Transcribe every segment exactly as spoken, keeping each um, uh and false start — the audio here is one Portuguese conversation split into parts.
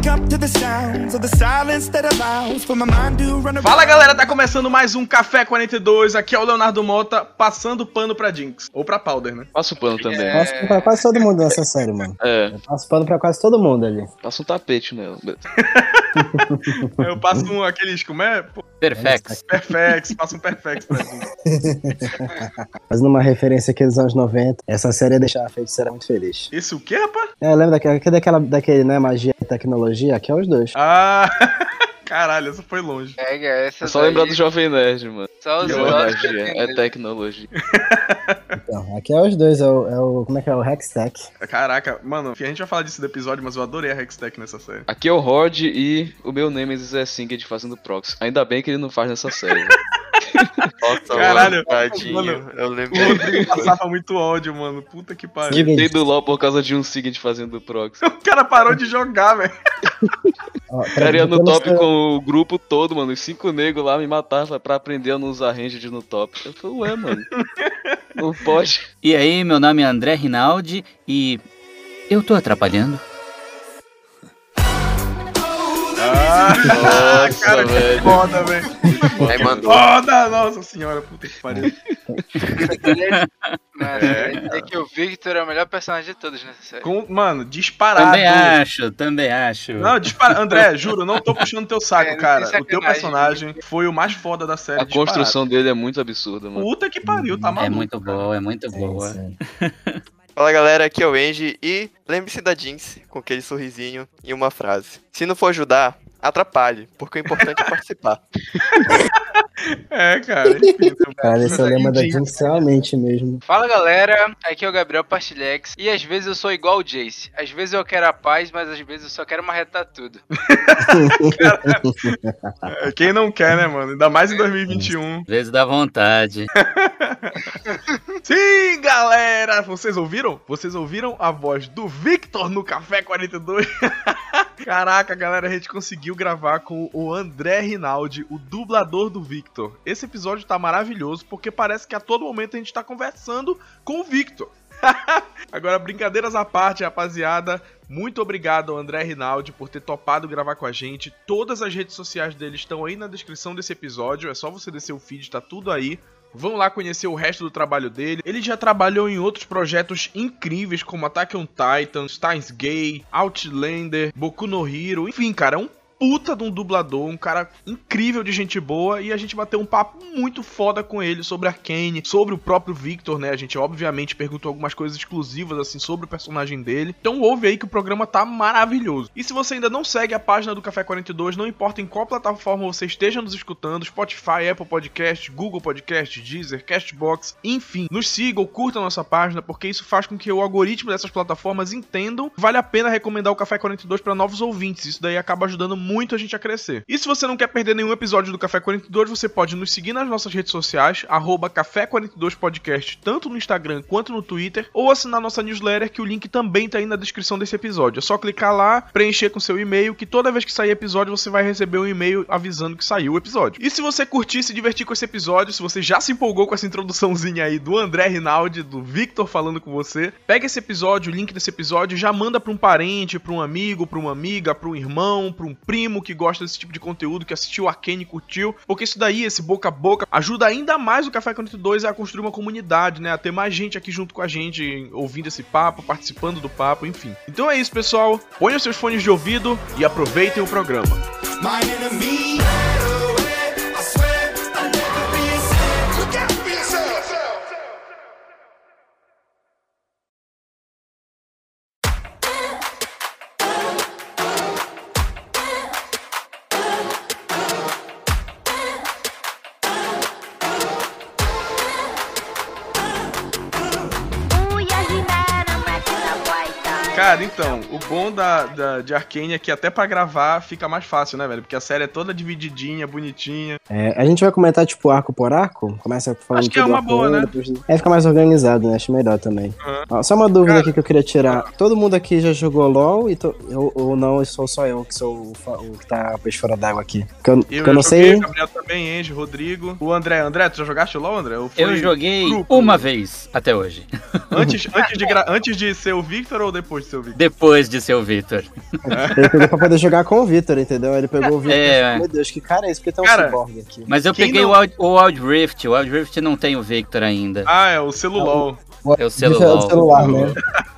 Fala galera, tá começando mais um Café quarenta e dois, aqui é o Leonardo Mota, passando pano pra Jinx, ou pra Powder, né? Passa o pano também. É... Passo pra quase todo mundo nessa série, mano. É. Eu passo pano pra quase todo mundo ali. Passa um tapete nela. Eu passo um, aqueles, como é? Perfex. Perfex, passa um Perfex pra Jinx. Fazendo uma referência aqui dos anos noventa, essa série ia deixar a feiticeira muito feliz. Isso o quê, rapaz? É, lembra daquela, daquela, daquele, né, magia e tecnologia? Aqui é os dois. Ah... Caralho, essa foi longe. É, essa é só daí... lembrar do Jovem Nerd, mano. Só os é magia, é tecnologia. Então, aqui é os dois, é o, é o como é que é, o Hextech. Caraca, mano, a gente vai falar disso no episódio, mas eu adorei a Hextech nessa série. Aqui é o Horde e o meu Nemesis é Singed fazendo proxy. Ainda bem que ele não faz nessa série. Nossa, caralho, tadinho, mano, eu lembro. O Rodrigo passava muito ódio, mano. Puta que pariu. Quitei do LoL por causa de um Singed fazendo proxy. O cara parou de jogar, velho. O cara ia no top com o grupo todo, mano. Os cinco negros lá me matavam pra aprender a não usar ranged no top. Eu falei, ué, mano. Não pode. E aí, meu nome é André Rinaldi e eu tô atrapalhando? Ah, nossa, cara, velho. Que foda, velho. Aí mandou. Foda, nossa senhora, puta que pariu. Mas é que o Victor é o melhor personagem de todos nessa série. Com, mano, disparado. Também acho, também acho. Não, disparado. André, juro, não tô puxando teu saco, É, cara. O teu personagem foi o mais foda da série. A disparado. Construção dele é muito absurda, mano. Puta que pariu, tá maluco. É muito cara. boa, é muito boa. É, Fala galera, aqui é o Engie e lembre-se da Jinx com aquele sorrisinho e uma frase. Se não for ajudar, atrapalhe, porque o importante é participar. É, cara. Enfim, cara, esse é o lema da Jinx realmente mesmo. Fala galera, aqui é o Gabriel Pastilex e às vezes eu sou igual o Jace. Às vezes eu quero a paz, mas às vezes eu só quero marretar tudo. Cara, quem não quer, né, mano? Ainda mais em dois mil e vinte e um. Às vezes dá vontade. Sim, galera! Vocês ouviram? Vocês ouviram a voz do Victor no Café quarenta e dois? Caraca, galera, a gente conseguiu gravar com o André Rinaldi, o dublador do Victor. Esse episódio tá maravilhoso porque parece que a todo momento a gente tá conversando com o Victor. Agora, brincadeiras à parte, rapaziada, muito obrigado ao André Rinaldi por ter topado gravar com a gente. Todas as redes sociais dele estão aí na descrição desse episódio, é só você descer o feed, tá tudo aí. Vão lá conhecer o resto do trabalho dele. Ele já trabalhou em outros projetos incríveis como Attack on Titan, Steins Gate, Outlander, Boku no Hero. Enfim, cara, é um puta de um dublador, um cara incrível de gente boa, e a gente bateu um papo muito foda com ele sobre Arcane, sobre o próprio Victor, né? A gente obviamente perguntou algumas coisas exclusivas assim sobre o personagem dele. Então ouve aí que o programa tá maravilhoso. E se você ainda não segue a página do Café quarenta e dois, não importa em qual plataforma você esteja nos escutando, Spotify, Apple Podcast, Google Podcast, Deezer, Castbox, enfim, nos siga ou curta a nossa página, porque isso faz com que o algoritmo dessas plataformas entendam que vale a pena recomendar o Café quarenta e dois para novos ouvintes. Isso daí acaba ajudando muito muito a gente a crescer. E se você não quer perder nenhum episódio do Café quarenta e dois, você pode nos seguir nas nossas redes sociais, arroba Café quarenta e dois Podcast, tanto no Instagram quanto no Twitter, ou assinar nossa newsletter, que o link também tá aí na descrição desse episódio. É só clicar lá, preencher com seu e-mail, que toda vez que sair episódio, você vai receber um e-mail avisando que saiu o episódio. E se você curtir, se divertir com esse episódio, se você já se empolgou com essa introduçãozinha aí do André Rinaldi, do Victor falando com você, pega esse episódio, o link desse episódio, já manda pra um parente, pra um amigo, pra uma amiga, pra um irmão, pra um primo, que gosta desse tipo de conteúdo, que assistiu Arcane e curtiu, porque isso daí, esse boca a boca, ajuda ainda mais o Café quarenta e dois a construir uma comunidade, né, a ter mais gente aqui junto com a gente, ouvindo esse papo, participando do papo, enfim. Então é isso, pessoal, ponham seus fones de ouvido e aproveitem o programa. My enemy. Cara, então, o bom da, da, de Arcane é que até pra gravar fica mais fácil, né, velho? Porque a série é toda divididinha, bonitinha. É, a gente vai comentar, tipo, arco por arco? Começa falando Acho que é uma boa, né? Depois... É, fica mais organizado, né? Acho melhor também. Uhum. Ó, só uma dúvida Cara... aqui que eu queria tirar. Todo mundo aqui já jogou LoL e to... ou, ou não, sou só eu que sou o, o que tá peixe fora d'água aqui? Porque eu, eu, porque eu eu não joguei, sei... o Gabriel também, Engie, Rodrigo. O André. André, tu já jogaste LoL, André? Ou foi eu joguei grupo? uma vez até hoje. Antes, antes, de gra... antes de ser o Victor ou depois de ser o Victor? Depois de ser o Victor. Ele pegou pra poder jogar com o Victor, entendeu? Ele pegou o Victor É. e meu Deus, que cara é esse? Porque tem um Cara, cyborg aqui. Mas eu Quem peguei não- o, Wild, o Wild Rift. O Wild Rift não tem o Victor ainda. Ah, é o celulol. É o Deixa eu- celular. celular, né?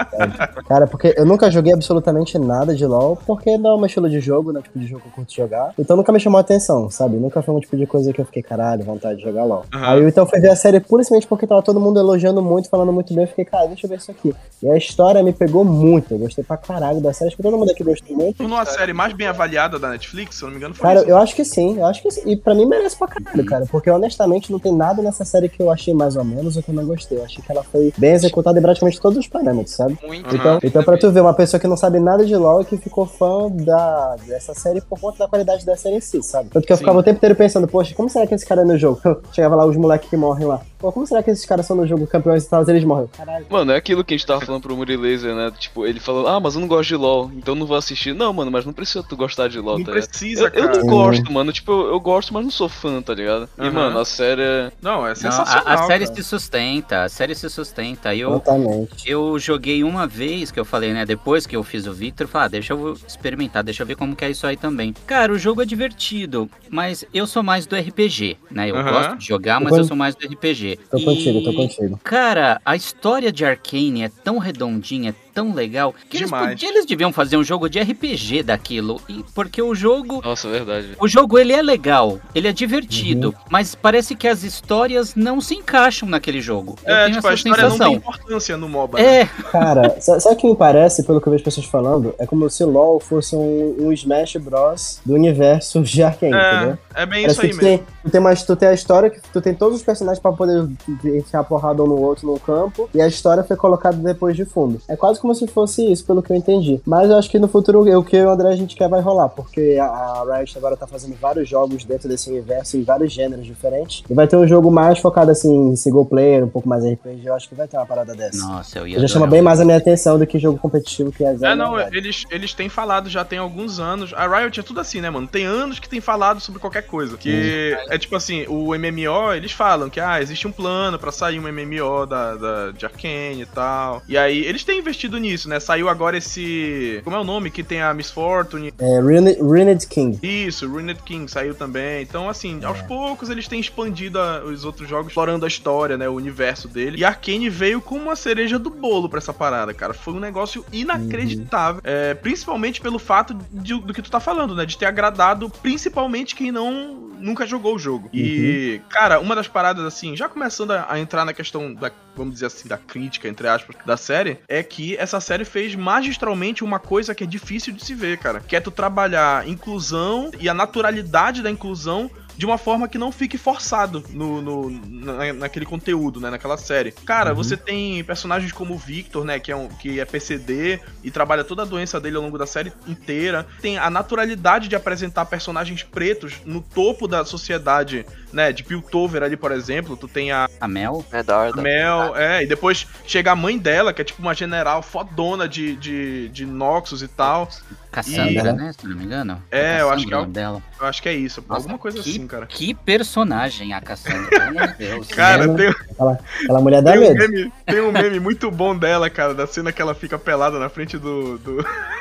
É. Cara, porque eu nunca joguei absolutamente nada de LoL, porque não é o meu estilo de jogo, não é o tipo de jogo que eu curto jogar. Então nunca me chamou a atenção, sabe? Nunca foi um tipo de coisa que eu fiquei, caralho, vontade de jogar LoL. Uhum. Aí eu então fui ver a série pura e simplesmente porque tava todo mundo elogiando muito, falando muito bem. Eu fiquei, cara, deixa eu ver isso aqui. E a história me pegou muito. Eu gostei pra caralho da série. Acho que todo mundo aqui gostou muito. Uma série mais bem avaliada da Netflix, se eu não me engano, foi Cara, isso. eu acho que sim, eu acho que sim. E pra mim merece pra caralho, cara. Porque honestamente não tem nada nessa série que eu achei mais ou menos ou que eu não gostei. Eu achei que ela foi bem executada em praticamente todos os parâmetros, sabe? Muito. Então, Uhum. então pra tu ver, uma pessoa que não sabe nada de LoL e que ficou fã da, dessa série por conta da qualidade da série em si, sabe? Tanto que eu Sim. ficava o tempo inteiro pensando, poxa, como será que esse cara é no jogo? Chegava lá os moleques que morrem lá. Pô, como será que esses caras são no jogo campeões e tal, eles morrem? Caralho. Mano, é aquilo que a gente tava falando pro Muri Laser, né? Tipo, ele falou, ah, mas eu não gosto de LoL, então não vou assistir. Não, mano, mas não precisa tu gostar de LoL, Não tá ligado? precisa, Eu, eu cara. não gosto, mano. Tipo, eu, eu gosto, mas não sou fã, tá ligado? E, Uhum. mano, a série é... Não, é Não, sensacional, a, a série cara. se sustenta, a série se sustenta. Eu, Exatamente. eu joguei uma vez, que eu falei, né? Depois que eu fiz o Victor, eu falei, ah, deixa eu experimentar, deixa eu ver como que é isso aí também. Cara, o jogo é divertido, mas eu sou mais do R P G, né? Eu Aham. gosto de jogar, mas Tô eu con- sou mais do R P G. Tô E, contigo, tô contigo. Cara, a história de Arcane é tão redondinha, é tão legal, que eles, Demais. podiam, eles deviam fazer um jogo de R P G daquilo. E, porque o jogo... Nossa, é verdade. O jogo, ele é legal, ele é divertido, mas parece que as histórias não se encaixam naquele jogo. Eu É, tenho tipo, a essa história não sensação. tem importância no MOBA. né? É, Cara, sa- sabe o que me parece, pelo que eu vejo pessoas falando? É como se LoL fosse um, um Smash Bros. Do universo de Arcane, entendeu? É, é bem Parece isso aí que tu mesmo. tem, tu, tem uma, tu tem a história, que tu tem todos os personagens pra poder enfiar porrada um no outro no campo, e a história foi colocada depois de fundo. É quase como se fosse isso, pelo que eu entendi. Mas eu acho que no futuro o que eu e o André a gente quer vai rolar, porque a, a Riot agora tá fazendo vários jogos dentro desse universo, em vários gêneros diferentes, e vai ter um jogo mais focado assim em single player, um pouco mais R P G, eu acho que vai ter uma parada dessa. nossa, eu ia Já chama adorar bem um- mais a minha atenção do que jogo competitivo que é zero. É, não, verdade. eles, eles têm falado já tem alguns anos. A Riot é tudo assim, né, mano? Tem anos que tem falado sobre qualquer coisa. Que é tipo assim, o M M O, eles falam que, ah, existe um plano pra sair um M M O da, da, de Arcane e tal. E aí, eles têm investido nisso, né? Saiu agora esse... Como é o nome? Que tem a Miss Fortune. É, Ruined, Ruined King. Isso, Ruined King saiu também. Então, assim, aos poucos eles têm expandido a- os outros jogos, explorando a história, né? O universo dele. E Arcane veio como uma cereja do bolo pra essa parada, cara. Foi um negócio inacreditável. É, principalmente pelo fato de- do que tu tá falando, né? De ter agradado principalmente quem não nunca jogou o jogo. E, cara, uma das paradas, assim, já começando a, a entrar na questão da, vamos dizer assim, da crítica, entre aspas, da série, é que essa série fez magistralmente uma coisa que é difícil de se ver, cara. Que é tu trabalhar inclusão e a naturalidade da inclusão de uma forma que não fique forçado no, no- na, naquele conteúdo, né, naquela série. Cara, você tem personagens como o Victor, né, que é, um, que é P C D e trabalha toda a doença dele ao longo da série inteira. Tem a naturalidade de apresentar personagens pretos no topo da sociedade, né, de Piltover ali, por exemplo. Tu tem a A Mel? É da hora. da- Mel, é, e depois chega a mãe dela, que é tipo uma general fodona de, de, de Noxus e tal. Cassandra, E- né? Se não me engano. É, eu acho que é o o- nome dela. Eu acho que é isso, Nossa, alguma coisa que, assim, cara. Que personagem a Cassandra, pelo amor de Deus. Cara, Né? tem, Aquela, aquela mulher dá tem, um medo. meme, tem um meme muito bom dela, cara, da cena que ela fica pelada na frente do. do...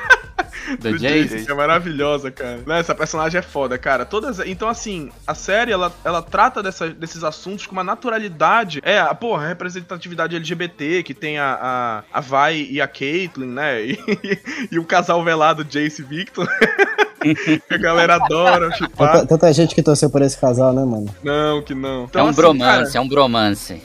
Do do Jace. Jace, que é maravilhosa, cara. Né, essa personagem é foda, cara. Todas, então, assim, a série, ela, ela trata dessa, desses assuntos com uma naturalidade. É, a, porra, a representatividade L G B T, que tem a, a, a Vi e a Caitlyn, né? E, e o casal velado Jace e Victor. Que a galera adora chipar. Tanta, tanta gente que torceu por esse casal, né, mano? Não, que não. É Então, um assim, bromance, cara, é um bromance.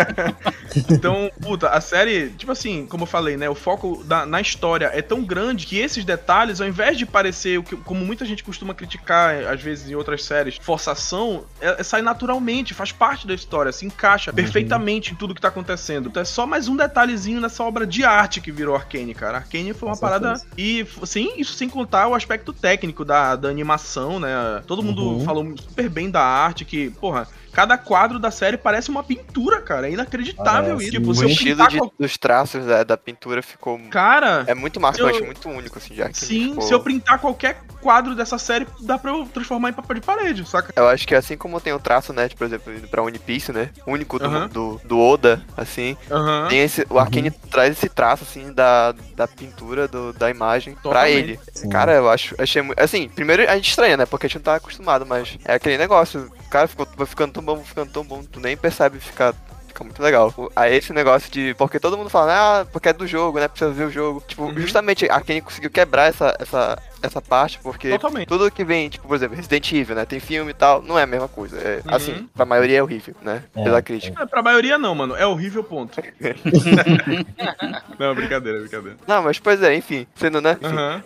então, puta, a série, tipo assim, como eu falei, né? O foco da- na história é tão grande que esses detalhes, ao invés de parecer o que, como muita gente costuma criticar, às vezes em outras séries, forçação, é, é sai naturalmente, faz parte da história, se encaixa perfeitamente em tudo que tá acontecendo. Então é só mais um detalhezinho nessa obra de arte que virou Arcane, cara. Arcane foi uma Com parada. certeza. E, sim, isso sem contar o aspecto técnico da, da animação, né? Todo mundo Uhum. falou super bem da arte, que, porra, cada quadro da série parece uma pintura, cara. É inacreditável Parece isso. Tipo, O se eu estilo printar de- qual- dos traços né, da pintura ficou... Cara, É muito marcante, eu- muito único, assim, já que sim, ficou- se eu printar qualquer quadro dessa série, dá pra eu transformar em papel de parede, saca? Eu acho que assim como tem o traço, né, de, por exemplo, indo pra One Piece, né, único do, Aham. do, do Oda, assim, Aham. tem esse, o Arcane traz esse traço, assim, da, da pintura, do, da imagem pra Totalmente. ele. Sim. Cara, eu acho, achei muito, assim, primeiro a gente estranha, né, porque a gente não tá acostumado, mas é aquele negócio, o cara ficou, vai ficando tão bom, ficando tão bom, tu nem percebe ficar... Fica muito legal. O- Aí esse negócio de... Porque todo mundo fala, ah, porque é do jogo, né? Precisa ver o jogo. Tipo, Uhum. justamente a Arkane conseguiu quebrar essa, essa, essa parte, porque Totalmente. tudo que vem, tipo, por exemplo, Resident Evil, né? Tem filme e tal, não é a mesma coisa. É, Uhum. Assim, pra maioria é horrível, né? É, Pela crítica. É, pra maioria não, mano. É horrível, ponto. Não, brincadeira, brincadeira. Não, mas pois é, enfim, sendo, né? Enfim. Aham.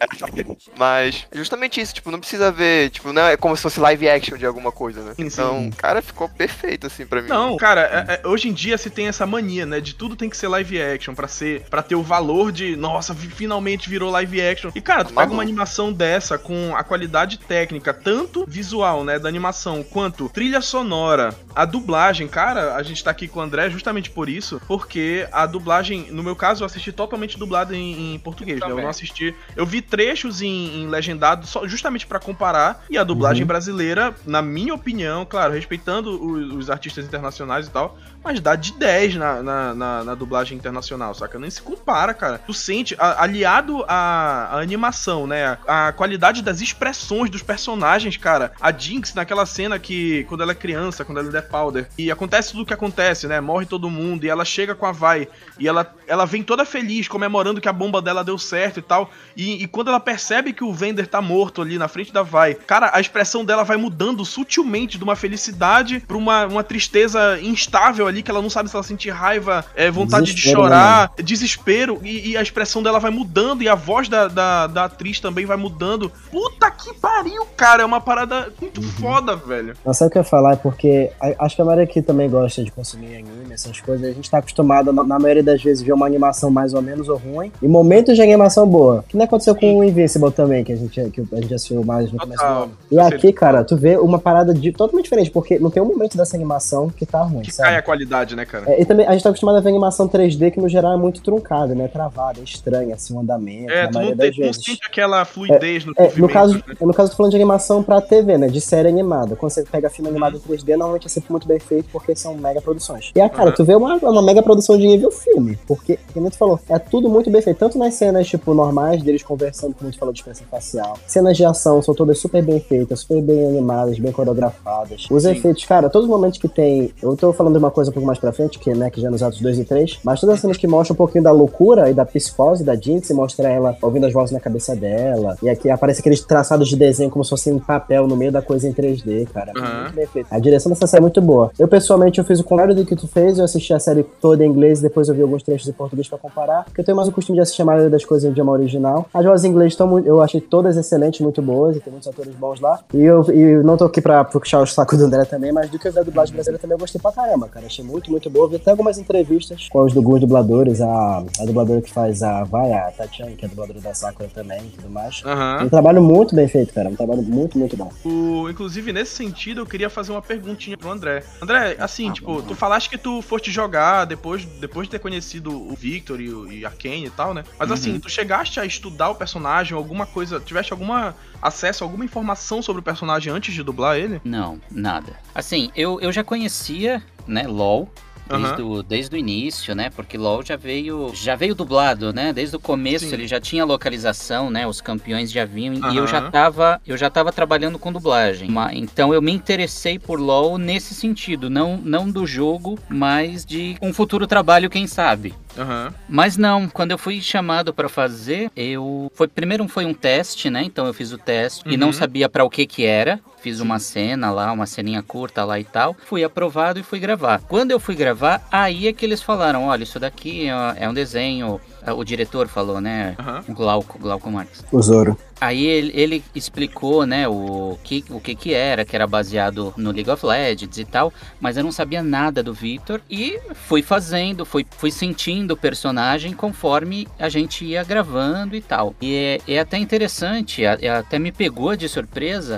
Mas justamente isso, tipo, não precisa ver, tipo, não é como se fosse live action de alguma coisa, né? Sim, sim. Então, cara, ficou perfeito, assim, pra mim. Não, cara, é- é- hoje em dia se tem essa mania, né, de tudo tem que ser live action pra ser, para ter o valor de, nossa, vi- finalmente virou live action. E cara, tu Tá pega maluco. uma animação dessa com a qualidade técnica, tanto visual, né, da animação, quanto trilha sonora, a dublagem, cara, a gente tá aqui com o André justamente por isso, porque a dublagem, no meu caso, eu assisti totalmente dublado em, em português, né? Eu Também. não assisti, eu vi trechos em, em legendado só justamente pra comparar, e a dublagem Uhum. brasileira, na minha opinião, claro, respeitando os, os artistas internacionais e tal, mas dá de dez na, na, na, na dublagem internacional, saca? Nem se compara, cara. Tu sente, a- aliado à, à animação, né? A, a qualidade das expressões dos personagens, cara. A Jinx, naquela cena que, quando ela é criança, quando ela é Death Powder, e acontece tudo o que acontece, né? Morre todo mundo, e ela chega com a Vai, e ela, ela vem toda feliz, comemorando que a bomba dela deu certo e tal. E, e quando ela percebe que o Vander tá morto ali na frente da Vai, cara, a expressão dela vai mudando sutilmente de uma felicidade pra uma, uma tristeza instável ali, que ela não sabe se ela sente raiva, é, vontade de Desespero, chorar, desespero, e, e a expressão dela vai mudando, e a voz da, da, da atriz também vai mudando. Puta que pariu, cara, é uma parada muito foda, velho. Não sei o que eu ia falar, é porque a- acho que a maioria que também gosta de consumir anime, essas coisas, a gente tá acostumado, na, na maioria das vezes, ver uma animação mais ou menos ou ruim, e momentos de animação boa. Que nem aconteceu com o Invincible também, que a gente, que a gente assistiu mais no começo do Total. ano. E aqui, cara, tu vê uma parada de, totalmente diferente, porque não tem um momento dessa animação que tá ruim, Que sabe? cai a qualidade, né, cara? É, e também a gente tá acostumado a ver animação três D que no geral é muito truncada, né? Travada, é estranha, assim, o andamento, É, na tu maioria não, tem, das tu não vezes. sente aquela fluidez no É, movimento. no caso, né? no caso, eu tô falando de animação pra T V, né? De série animada. Quando você pega filme animado em três D, normalmente é sempre muito bem feito porque são mega produções. E a cara, Uhum. tu vê uma, uma mega produção de nível filme. Porque, como tu falou, é tudo muito bem feito. Tanto nas cenas, tipo, normais deles conversando, como tu falou de expressão facial. Cenas de ação são todas super bem feitas, super bem animadas, bem coreografadas. Os Sim. efeitos, cara, todos os momentos que tem. Eu tô falando de uma coisa um pouco mais pra frente, que, né, que já nos atos dois e três, mas todas as cenas que mostram um pouquinho da loucura e da psicose da Jinx, e mostra ela ouvindo as vozes na cabeça dela. E aqui aparece aqueles traçados de desenho como se fosse em papel no meio da coisa em três D, cara. Uhum. Muito bem feito. A direção dessa série é muito boa. Eu, pessoalmente, eu fiz o contrário do que tu fez, eu assisti a série toda em inglês e depois eu vi alguns trechos em português pra comparar, porque eu tenho mais o costume de assistir a maioria das coisas em idioma original. As vozes em inglês estão muito, eu achei todas excelentes, muito boas, e tem muitos atores bons lá. E eu, e não tô aqui pra puxar o saco do André também, mas do que eu vi da dublagem brasileira também eu gostei pra caramba, cara. Achei muito, muito boa. Vi até algumas entrevistas com os alguns dubladores, a, a dubladora que faz a Vai, a Tatiana, que é a dubladora da Sakura também e tudo mais. Aham. Um trabalho muito bem feito, cara. Um trabalho muito, muito bom. O, inclusive, nesse sentido, eu queria fazer uma perguntinha pro André. André, assim, tipo, tu falaste que tu foste jogar depois, depois de ter conhecido o Victor e, o, e Arcane e tal, né? Mas assim, tu chegaste a estudar o personagem, alguma coisa, tiveste alguma acesso a alguma informação sobre o personagem antes de dublar ele? Não, nada. Assim, eu, eu já conhecia, né, LoL. Desde, o, desde o início, né? Porque LoL já veio, já veio dublado, né? Desde o começo Sim. ele já tinha localização, né? Os campeões já vinham Aham. e eu já tava, eu já tava trabalhando com dublagem. Ma- Então eu me interessei por LoL nesse sentido, não, não do jogo, mas de um futuro trabalho, quem sabe. Aham. Mas não, quando eu fui chamado pra fazer, eu foi primeiro foi um teste, né? Então eu fiz o teste e Uhum. não sabia pra o que que era. Fiz uma cena lá, uma ceninha curta lá e tal. Fui aprovado e fui gravar. Quando eu fui gravar, aí é que eles falaram, olha, isso daqui é é um desenho. O diretor falou, né? Aham. O Glauco, Glauco Marques. O Zoro. Aí ele, ele explicou, né, o que, o que que era, que era baseado no League of Legends e tal, mas eu não sabia nada do Victor e fui fazendo, fui, fui sentindo o personagem conforme a gente ia gravando e tal. E é, é até interessante, a- é, até me pegou de surpresa,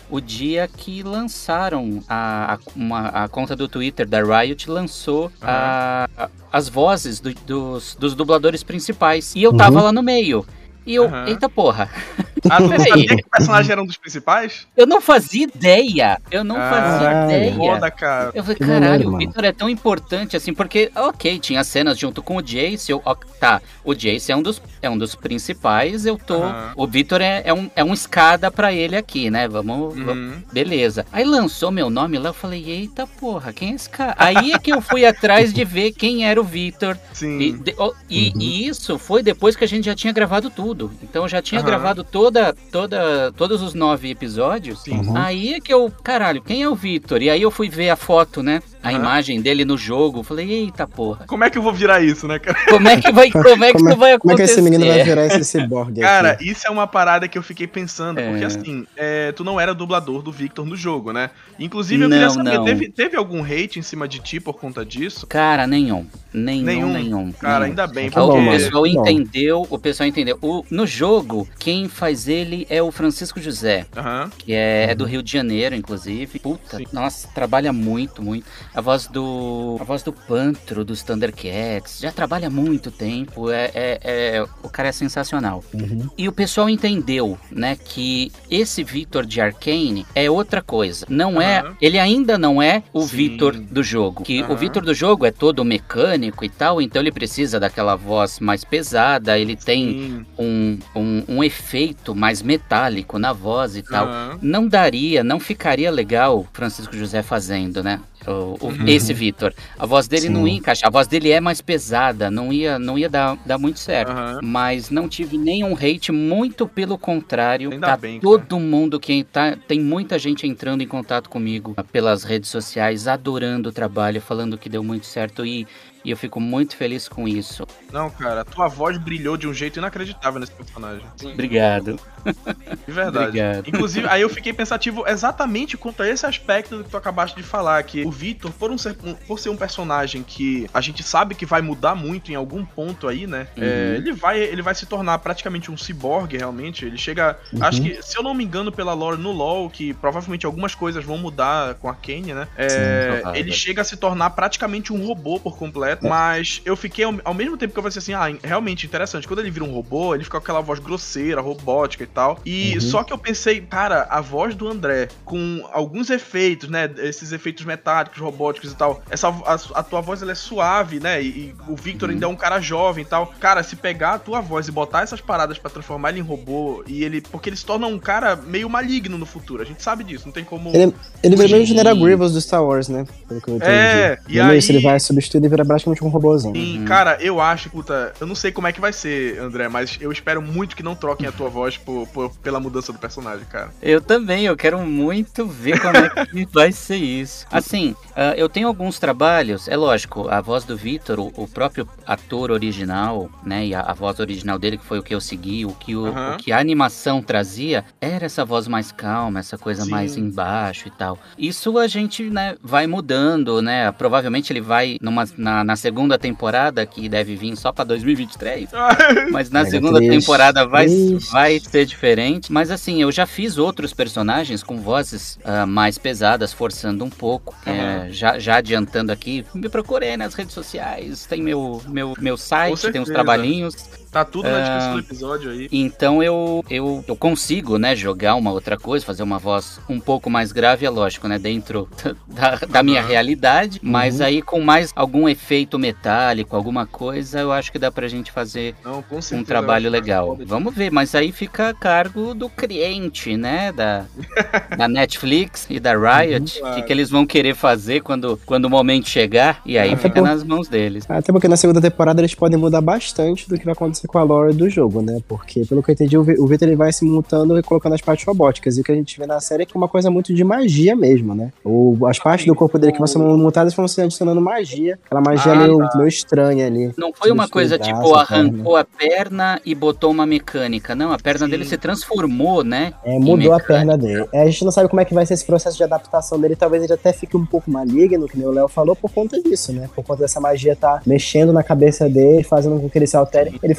o dia que lançaram a, a, uma, a conta do Twitter da Riot lançou uhum. a, a, as vozes do, dos, dos dubladores principais. E eu tava uhum. lá no meio. E eu, uhum. eita porra. Ah, tu não sabia que o personagem era um dos principais? Eu não fazia ideia. Eu não ah, fazia ideia. Foda, cara. Eu falei, caralho, o Victor é tão importante assim, porque, ok, tinha cenas junto com o Jace. Eu, ó, tá, o Jace é um dos, é um dos principais. Eu tô. Uhum. O Victor é, é, um, é um escada pra ele aqui, né? Vamos, uhum. vamos. Beleza. Aí lançou meu nome lá, eu falei, eita porra, quem é esse cara? Aí é que eu fui atrás de ver quem era o Victor. Sim. E, de, oh, e, uhum. e isso foi depois que a gente já tinha gravado tudo. Então eu já tinha uhum. gravado toda, toda, todos os nove episódios. Uhum. Aí é que eu, caralho, quem é o Victor? E aí eu fui ver a foto, né? A uhum. imagem dele no jogo. Falei, eita porra. Como é que eu vou virar isso, né, cara? Como é que vai, como é que como isso vai acontecer? Como é que esse menino vai virar esse cyborg? Cara, aqui? Isso é uma parada que eu fiquei pensando. É. Porque assim, é, tu não era dublador do Victor no jogo, né? Inclusive eu não, queria saber, não. Teve, teve algum hate em cima de ti por conta disso? Cara, nenhum. Nenhum, nenhum. nenhum Cara, nenhum. ainda bem. Tá porque... bom, o pessoal mano. entendeu, o pessoal entendeu. O, no jogo, quem faz ele é o Francisco José, uhum. que é, é do Rio de Janeiro, inclusive. Puta, Sim. nossa, trabalha muito, muito. A voz do a voz do Pantro, dos Thundercats, já trabalha há muito tempo. É, é, é, o cara é sensacional. Uhum. E o pessoal entendeu, né, que esse Victor de Arcane é outra coisa. Não uhum. é, ele ainda não é o Sim. Victor do jogo. Que uhum. o Victor do jogo é todo mecânico e tal, então ele precisa daquela voz mais pesada, ele tem um, um, um efeito mais metálico na voz e tal. Uhum. Não daria, não ficaria legal Francisco José fazendo, né? O, o, uhum. Esse Victor. A voz dele Sim. não ia encaixar. A voz dele é mais pesada, não ia, não ia dar, dar muito certo. Uhum. Mas não tive nenhum hate, muito pelo contrário. Ainda tá bem, todo cara. mundo que tá. Tem muita gente entrando em contato comigo pelas redes sociais, adorando o trabalho, falando que deu muito certo e. E eu fico muito feliz com isso. Não, cara, a tua voz brilhou de um jeito inacreditável nesse personagem. Sim. Obrigado. De verdade. Obrigado. Inclusive, aí eu fiquei pensativo exatamente quanto a esse aspecto que tu acabaste de falar, que o Victor, por, um ser, um, por ser um personagem que a gente sabe que vai mudar muito em algum ponto aí, né? Uhum. É, ele, vai, ele vai se tornar praticamente um ciborgue, realmente. Ele chega... Uhum. Acho que, se eu não me engano, pela lore no LoL, que provavelmente algumas coisas vão mudar com a Arcane, né? É, Sim, ele chega a se tornar praticamente um robô por completo. Mas eu fiquei, ao, ao mesmo tempo que eu falei assim, ah, realmente interessante. Quando ele vira um robô, ele fica com aquela voz grosseira, robótica e tal. E uhum. só que eu pensei, cara, a voz do André, com alguns efeitos, né? Esses efeitos metálicos, robóticos e tal. Essa, a, a tua voz, ela é suave, né? E, e o Victor uhum. ainda é um cara jovem e tal. Cara, se pegar a tua voz e botar essas paradas pra transformar ele em robô, e ele... Porque ele se torna um cara meio maligno no futuro. A gente sabe disso, não tem como... Ele, ele meio General Grievous do Star Wars, né? Pelo que eu entendi. É, e aí... Isso, ele vai substituir e virar praticamente um robôzinho. Sim, uhum. cara, eu acho, puta, eu não sei como é que vai ser, André, mas eu espero muito que não troquem a tua voz por, por, pela mudança do personagem, cara. Eu também, eu quero muito ver como é que vai ser isso. Assim, uh, eu tenho alguns trabalhos, é lógico, a voz do Victor, o, o próprio ator original, né, e a, a voz original dele, que foi o que eu segui, o que, o, uhum. o que a animação trazia, era essa voz mais calma, essa coisa Sim. mais embaixo e tal. Isso a gente, né, vai mudando, né, provavelmente ele vai numa, na, na segunda temporada, que deve vir só pra dois mil e vinte e três, mas na segunda triste, temporada vai, vai ser diferente. Mas assim, eu já fiz outros personagens com vozes uh, mais pesadas, forçando um pouco. Uhum. É, já, já adiantando aqui, me procurei nas redes sociais, tem meu, meu, meu site, tem uns trabalhinhos. Tá tudo na descrição do episódio aí. Então eu, eu, eu consigo, né, jogar uma outra coisa, fazer uma voz um pouco mais grave, é lógico, né, dentro da, da minha realidade, uhum. mas aí com mais algum efeito metálico, alguma coisa, eu acho que dá pra gente fazer Não, com certeza, um trabalho legal. Vamos ver, mas aí fica a cargo do cliente, né, da, da Netflix e da Riot, o uhum, claro. que, que eles vão querer fazer quando, quando o momento chegar, e aí uhum. fica nas mãos deles. Até porque na segunda temporada eles podem mudar bastante do que vai acontecer com a lore do jogo, né? Porque, pelo que eu entendi, o Victor ele vai se mutando e colocando as partes robóticas. E o que a gente vê na série é que é uma coisa muito de magia mesmo, né? O, as partes do corpo dele que vão ser mutadas vão se adicionando magia. Aquela magia ah, meio, tá. meio estranha ali. Não foi uma coisa tipo, arrancou a perna e botou uma mecânica. Não, a perna Sim. dele se transformou, né? É, mudou a perna dele. É, a gente não sabe como é que vai ser esse processo de adaptação dele. Talvez ele até fique um pouco maligno, que nem o Léo falou, por conta disso, né? Por conta dessa magia tá mexendo na cabeça dele, fazendo com que ele se altere. Ele ficou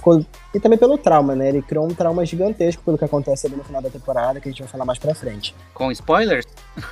por... E também pelo trauma, né? Ele criou um trauma gigantesco pelo que acontece ali no final da temporada, que a gente vai falar mais pra frente. Com spoilers?